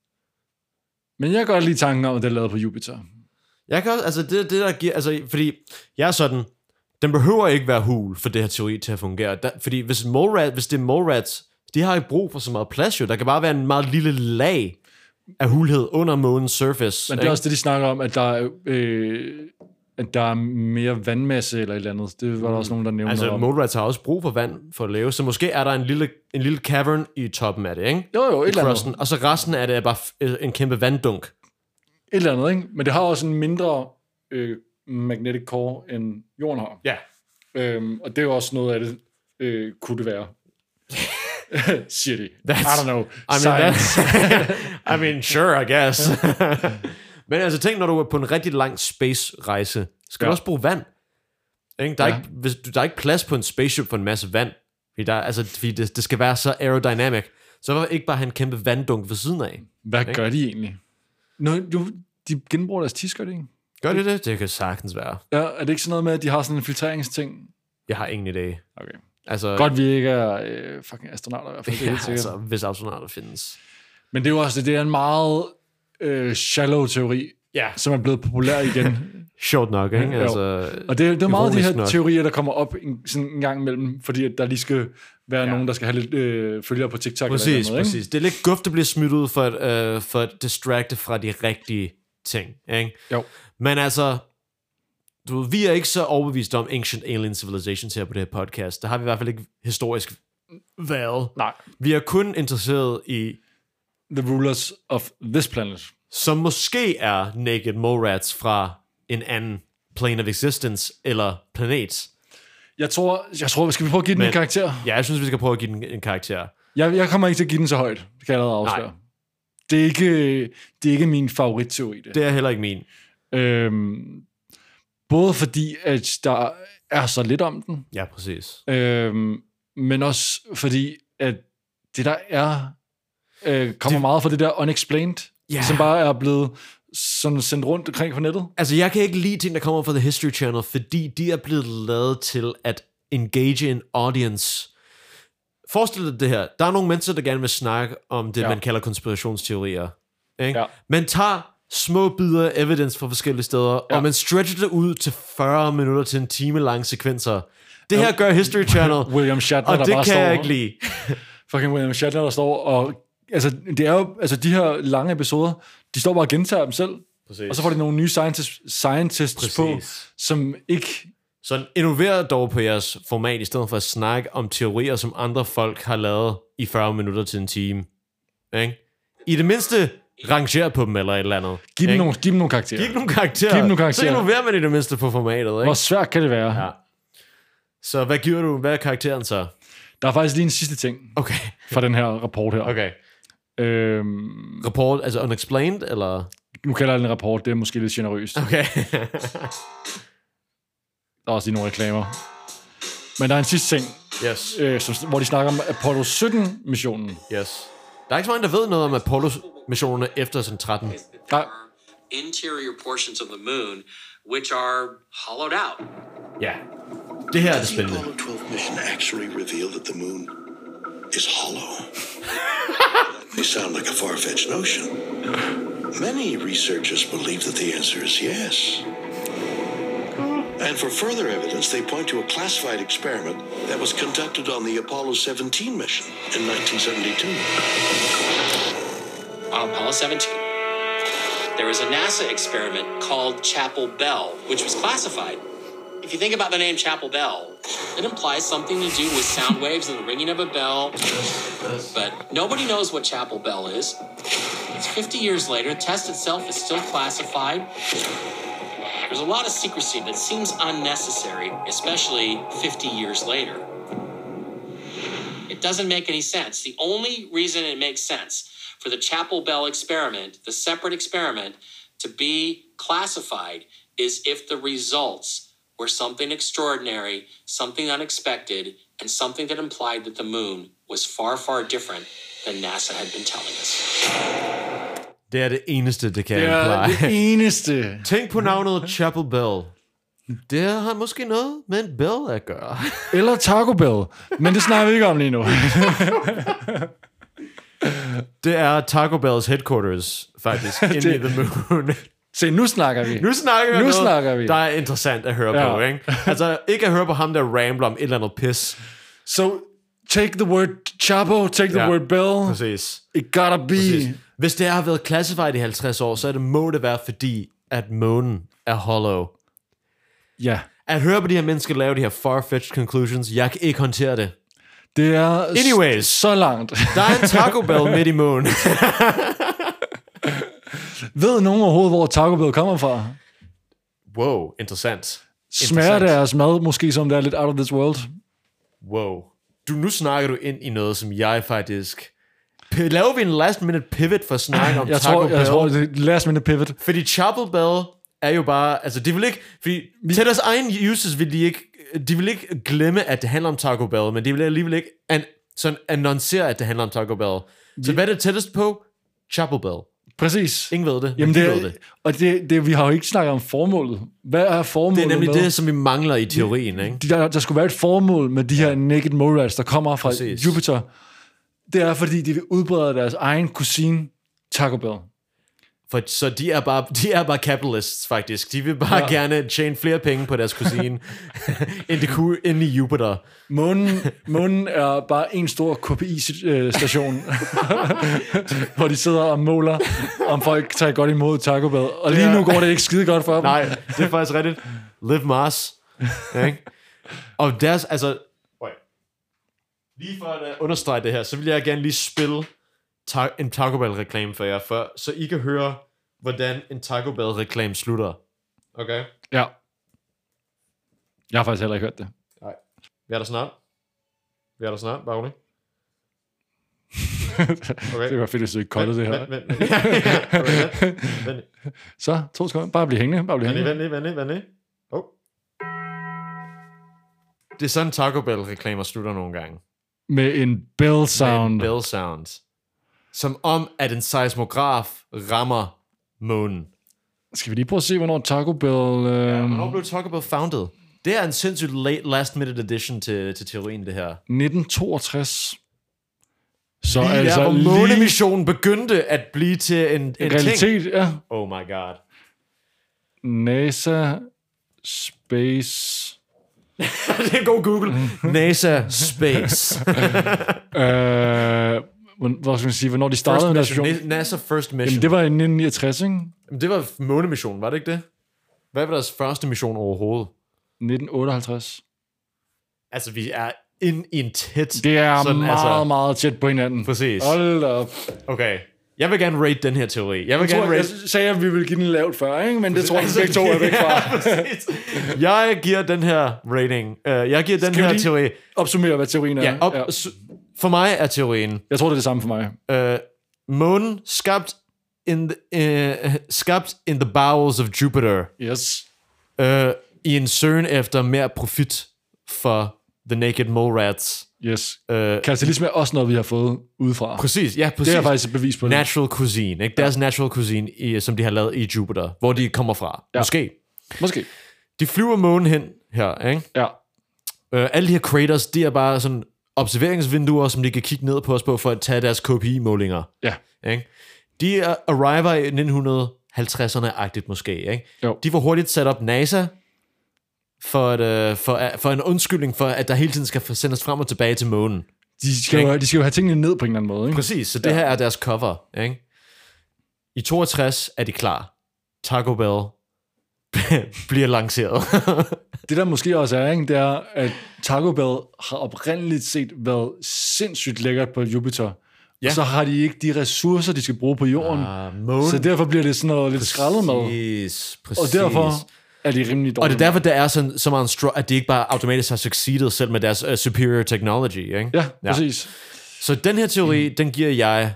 men jeg kan godt lide tanken om, at det er lavet på Jupiter. Jeg kan også, altså, det, det der giver, altså, fordi jeg er sådan, den behøver ikke være hul for det her teori til at fungere. Der, fordi hvis, molerat, hvis det er molerats, de har ikke brug for så meget plads jo. Der kan bare være en meget lille lag af hulhed under månens surface. Men det er også det, de snakker om, at der er, øh, at der er mere vandmasse eller et eller andet. Det var der også nogen, der nævnte Altså, om. molerats har også brug for vand for at leve, så måske er der en lille, en lille cavern i toppen af det, ikke? Jo, jo, et I eller andet. crusten, og så resten af det er bare f- en kæmpe vanddunk. Et eller andet, ikke? Men det har også en mindre øh, magnetic core, end jorden har. Ja. Øhm, og det er jo også noget af det, øh, kunne det være. Siger de. That's- I don't know. I mean, Science. I mean, sure, I guess. Men altså, tænk, når du er på en rigtig lang space-rejse, skal ja. Ja. du også bruge vand. Ikke? Der, er Ja. ikke, hvis, der er ikke plads på en spaceship for en masse vand. Fordi, der, altså, fordi det, det skal være så aerodynamic. Så hvorfor ikke bare have en kæmpe vanddunk ved siden af? Hvad gør de egentlig? Nå, du, de genbruger deres tis, gør de ikke? Gør de det? Det kan sagtens være. Ja, er det ikke sådan noget med, at de har sådan en filtreringsting? Jeg har ingen idé. Okay. Altså, Godt, vi ikke er øh, fucking astronauter i hvert fald, det er ja, helt sikkert. altså, hvis astronauter findes. Men det er jo også, det er en meget øh, shallow teori, Ja. som er blevet populær igen. Sjovt nok, ikke? Jo. Altså, Og det, det er meget af de ironisk her nok. teorier, der kommer op en, sådan en gang imellem, fordi at der lige skal være Ja. ja. nogen, der skal have lidt øh, følgere på TikTok. Præcis, eller noget, præcis. Det er lidt guft, at blive smidt ud for at, øh, for at distracte fra de rigtige ting, ikke? Jo. Men altså, du ved, vi er ikke så overbevist om Ancient Alien Civilizations her på det her podcast. Der har vi i hvert fald ikke historisk været. Nej. Vi er kun interesseret i, The rulers of this planet. som måske er naked mole-rats fra en anden plane of existence, eller planet. Jeg tror, jeg tror, skal vi prøve at give den Men- en karakter? Ja, jeg synes, vi skal prøve at give den en karakter. Jeg, jeg kommer ikke til at give den så højt. Det kan jeg allerede afsløre. Nej. Det er ikke, det er ikke min favoritteori, det. Det er heller ikke min. Øhm, både fordi, at der er så lidt om den, Ja, præcis. øhm, men også fordi, at det der er, øh, kommer Det- meget fra det der unexplained, Ja. som bare er blevet sådan sendt rundt omkring på nettet. Altså, jeg kan ikke lide ting, der kommer fra The History Channel, fordi de er blevet lavet til at engage en audience. Forestil dig det her. Der er nogle mennesker, der gerne vil snakke om det, ja. Ja. man kalder konspirationsteorier. Ikke? Ja. Man tager små bidder af evidence fra forskellige steder, ja. Ja. og man stretcher det ud til fyrre minutter til en time lange sekvenser. Det her gør History Channel, William Shatner, og der det bare kan står, jeg ikke lide. Fucking William Shatner, der står og... Altså, det er jo... Altså, de her lange episoder, de står bare og gentager dem selv. Præcis. Og så får de nogle nye scientists, scientists på, Præcis. som ikke... Så innover dog på jeres format, i stedet for at snakke om teorier, som andre folk har lavet i fyrre minutter til en time. Ikke? I det mindste, ranger på dem eller et eller andet. Giv dem, Ikke? nogle, giv dem nogle karakterer. Giv dem nogle karakterer. Giv dem nogle Så karakterer. innoverer man i det mindste på formatet. Ikke? Hvor svært kan det være? Ja. Så hvad giver du? Hvad er karakteren så? Der er faktisk lige en sidste ting Okay. fra den her rapport her. Okay. Øhm, Rapport, altså unexplained, eller? nu kalder jeg det en rapport, det er måske lidt generøst. Okay. Der er også lige nogle reklamer. Men der er en sidste ting, Yes. øh, som, hvor de snakker om Apollo sytten-missionen. Yes. Der er ikke så mange, der ved noget om Apollo-missionerne efter sådan tretten. Nej. Interior portions of the moon, which are hollowed out. Ja. Det her er det The spændende. Apollo twelve mission actually revealed that the moon is hollow. They sound like a far-fetched notion. Many researchers believe that the answer is yes. And for further evidence, they point to a classified experiment that was conducted on the Apollo seventeen mission in nineteen seventy-two. On Apollo seventeen, there was a NASA experiment called Chapel Bell, which was classified. If you think about the name Chapel Bell, it implies something to do with sound waves and the ringing of a bell. But nobody knows what Chapel Bell is. It's fifty years later. The test itself is still classified. There's a lot of secrecy that seems unnecessary, especially fifty years later. It doesn't make any sense. The only reason it makes sense for the Chapel Bell experiment, the separate experiment, to be classified is if the results were something extraordinary, something unexpected, and something that implied that the moon was far, far different than NASA had been telling us. Det er det eneste, det kan Det er imply. det eneste. Tænk på navnet Chapel Bell. Det har måske noget med en bell at gøre. Eller Taco Bell. Men det snakker vi ikke om lige nu. Det er Taco Bells headquarters, faktisk, inde i The Moon. Se, nu snakker vi. Nu snakker vi Nu noget, snakker vi. der er interessant at høre Ja. på, ikke? Altså, ikke at høre på ham, der rambler om et eller andet pis. So, take the word Chapo, take the Ja, word Bell. Præcis. It gotta be. Præcis. Hvis det har været classified i halvtreds år, så er det, må det være fordi, at månen er hollow. Ja. At høre på de her mennesker lave de her far-fetched conclusions, jeg kan ikke håndtere det. Det er Anyways. så langt. Der er en Taco Bell midt i månen. Ved nogen overhovedet, hvor Taco Bell kommer fra? Wow, interessant. Smager Interessant. deres mad måske som det er lidt out of this world? Wow. Du, nu snakker du ind i noget, som jeg faktisk... P- Laver vi en last minute pivot for at snakke om Jeg Taco tror, Bell? jeg tror, det er last minute pivot. Fordi Chapel Bell er jo bare... Altså, de vil ikke... Fordi til deres egen uses vil de ikke... De vil ikke glemme, at det handler om Taco Bell, men de vil alligevel ikke an, sådan annoncere, at det handler om Taco Bell. Så hvad er det tættest på? Chapel Bell. Præcis. Ingen ved det, Jamen men de det, ved det. Og det, det, vi har jo ikke snakket om formålet. Hvad er formålet Det er nemlig med? det, som vi mangler i teorien, ikke? Der, der skulle være et formål med de her naked morads, der kommer fra Præcis. Jupiter. Det er, fordi de vil udbrede deres egen kusine, Taco Bell. For så de er bare de er bare capitalists faktisk. De vil bare ja. gerne tjene flere penge på deres kusine end det kunne inde i Jupiter. Månen, månen er bare en stor K P I-station, hvor de sidder og måler, om folk tager godt imod Taco Bell. Og lige nu går det ikke skide godt for dem. Nej, det er faktisk rigtigt. Live Mars. Ikke? Og deres, altså... Lige for at understrege det her, så vil jeg gerne lige spille ta- en Taco Bell-reklame for jer, for, så I kan høre, hvordan en Taco Bell-reklame slutter. Okay? Ja. Jeg har faktisk heller ikke hørt det. Nej. Vi er der snart. Vi er der snart, bare rolig. Okay. Det var fedt, hvis du ikke kottede det her. Vent, vent, vent. Okay, vent. Vent. Så, to sekunder. Bare bliv hængende. Bare bliv Vent lige, hængende. vent lige, vent lige, vent lige. Oh. Det er sådan Taco Bell-reklamer slutter nogle gange. Med en bell sound. Med en bell sound. Som om, at en seismograf rammer månen. Skal vi lige prøve at se, hvornår Taco Bell... Øh... Ja, hvornår blev Taco Bell founded? Det er en sindssygt late last minute addition til, til teorien, det her. nitten toogtres. Så Lige altså der, hvor lige månemissionen begyndte at blive til en, en, en ting. realitet, ja. Oh my god. NASA Space... Det er en god Google. NASA Space. øh, hvor skal man sige, hvornår de startede med First mission? mission. NASA First Mission. Jamen, det var i nitten niogtres, ikke? Jamen, det var månemissionen, var det ikke det? Hvad var deres første mission overhovedet? nitten otteoghalvtreds. Altså, vi er ind i en tæt... Det er sådan, meget, altså, meget tæt på hinanden. Præcis. Hold da op. Okay. Jeg vil gerne rate den her teori. Jeg vil Jeg, gerne tror, jeg rate... sagde, at vi ville give den lavt før, ikke? Men det tror jeg, vi begge to er væk fra. Ja, præcis. Jeg giver den her rating. Uh, jeg giver den Skal vi her lige teori... opsummere, hvad teorien er? Ja, op, Ja. s- for mig er teorien... Jeg tror, det er det samme for mig. Uh, månen skabt in the, uh, skabt in the bowels of Jupiter. Yes. Uh, I en søgen efter mere profit for The Naked Mole Rats. Yes. Uh, Kapitalisme er også noget, vi har fået udefra. Præcis, ja, præcis. Det er faktisk et bevis på det. Natural cuisine, ikke? Deres ja. natural cuisine, i, som de har lavet i Jupiter, hvor de kommer fra. Ja. Måske. Måske. De flyver månen hen her, ikke? Ja. Uh, alle de her craters, de er bare sådan observeringsvinduer, som de kan kigge ned på os på, for at tage deres K P I-målinger. Ja. Ikke? De uh, arriver i nitten halvtredserne-agtigt måske, ikke? Jo. De får hurtigt sat op NASA, for, at, uh, for, uh, for en undskyldning for, at der hele tiden skal sendes frem og tilbage til månen. De skal, jo, de skal jo have tingene ned på en eller anden måde, ikke? Præcis, så det ja. her er deres cover, ikke? I toogtres er de klar. Taco Bell bliver lanceret. Det der måske også er, ikke, det er, at Taco Bell har oprindeligt set været sindssygt lækkert på Jupiter. Ja. Og så har de ikke de ressourcer, de skal bruge på jorden. Ah, så derfor bliver det sådan noget lidt skrællet med. Præcis, præcis. Og derfor er de rimelig dårlige. Og det er derfor, der er sådan, så meget stro- at de ikke bare automatisk har succeeded selv med deres uh, superior technology. Ikke? Ja, ja, præcis. Så den her teori, mm. den giver jeg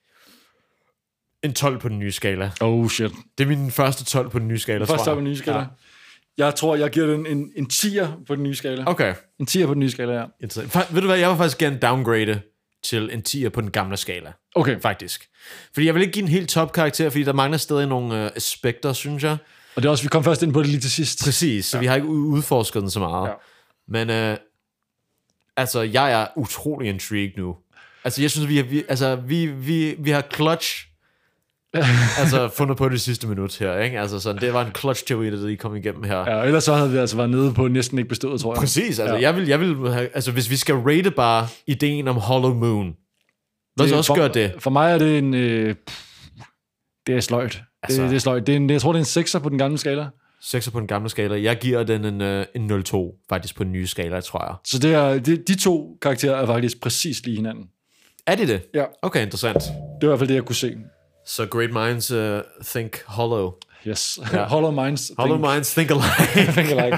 en tolv på den nye skala. Oh shit. Det er min første tolv på den nye skala, første tolv på den nye skala. Ja. Jeg tror, jeg giver den en, en tier på den nye skala. Okay. En tier på den nye skala, ja. Ved du hvad, jeg vil faktisk gerne downgrade til en tier på den gamle skala. Okay. Faktisk. Fordi jeg vil ikke give en helt top karakter, fordi der mangler stadig nogle uh, aspekter, synes jeg. Og det er også, vi kom først ind på det lige til sidst. Præcis, så ja. vi har ikke udforsket den så meget. Ja. Men uh, altså, jeg er utrolig intrigued nu. Altså, jeg synes, vi har, vi, altså, vi, vi, vi har clutch altså fundet på det sidste minut her, ikke? Altså sådan, det var en clutch teori, der lige kom igennem her. Ja, ellers så havde vi altså været nede på næsten ikke bestået, tror jeg. Præcis, altså ja. jeg vil, jeg vil have, altså hvis vi skal rate bare ideen om Hollow Moon, lad os også for, gøre det. For mig er det en, øh, det er sløjt. Altså, det, det er sløjt. Det er en, jeg tror, det er en sekser på den gamle skala. sekser på den gamle skala. Jeg giver den en, øh, en nul komma to, faktisk på den nye skala, tror jeg. Så det er, det, de to karakterer er faktisk præcis lige hinanden. Er det det? Ja. Okay, interessant. Det er i hvert fald det, jeg kunne se. Så great minds uh, think hollow. Yes. Ja. Hollow minds. Hollow think, minds think alike. think alike.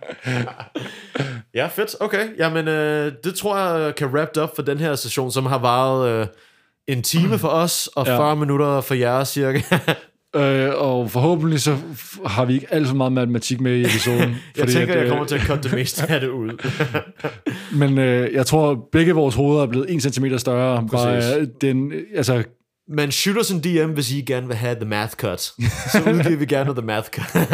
Ja, fedt. Okay. Jamen, øh, det tror jeg kan wrap up for den her session, som har varet øh, en time for os, og fyrre ja. minutter for jer, cirka. øh, og forhåbentlig så har vi ikke alt for meget matematik med i episoden. jeg fordi tænker, at, jeg kommer til at cutte det meste af det ud. Men øh, jeg tror, begge vores hoveder er blevet en centimeter større. Bare, den, altså... Men shoot os en D M, hvis I gerne vil have the math cut. Så udgiver vi gerne the math cut.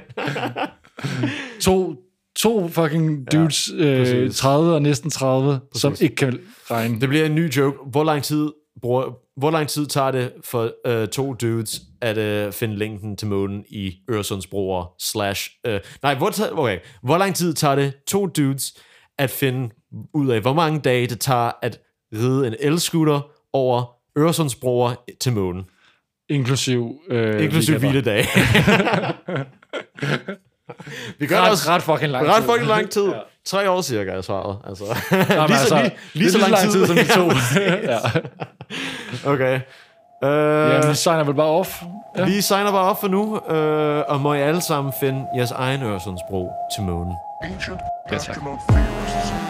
to, to fucking dudes, ja, øh, tredive og næsten tredive, præcis. Som ikke kan regne. Det bliver en ny joke. Hvor lang tid, bruger, hvor lang tid tager det for øh, to dudes at øh, finde længden til månen i Øresundsbroer slash... Øh, nej, hvor, okay. hvor lang tid tager det to dudes at finde ud af, hvor mange dage det tager at ride en el-scooter over Øresundsbroer til månen. Inklusiv øh, Inklusiv hviledag. Vi gør ret, også ret fucking lang ret tid. fucking lang tid. Ja. Tre år cirka, er svaret. Altså. Nå, lige, altså, så, lige, lige så lang, lang tid, som de to. Ja. Okay. Uh, ja, vi signer vel bare off. Ja. Vi signer bare off for nu, uh, og må I alle sammen finde jeres egen Øresundsbro til månen. Ancient Ja, tak. astronaut theorists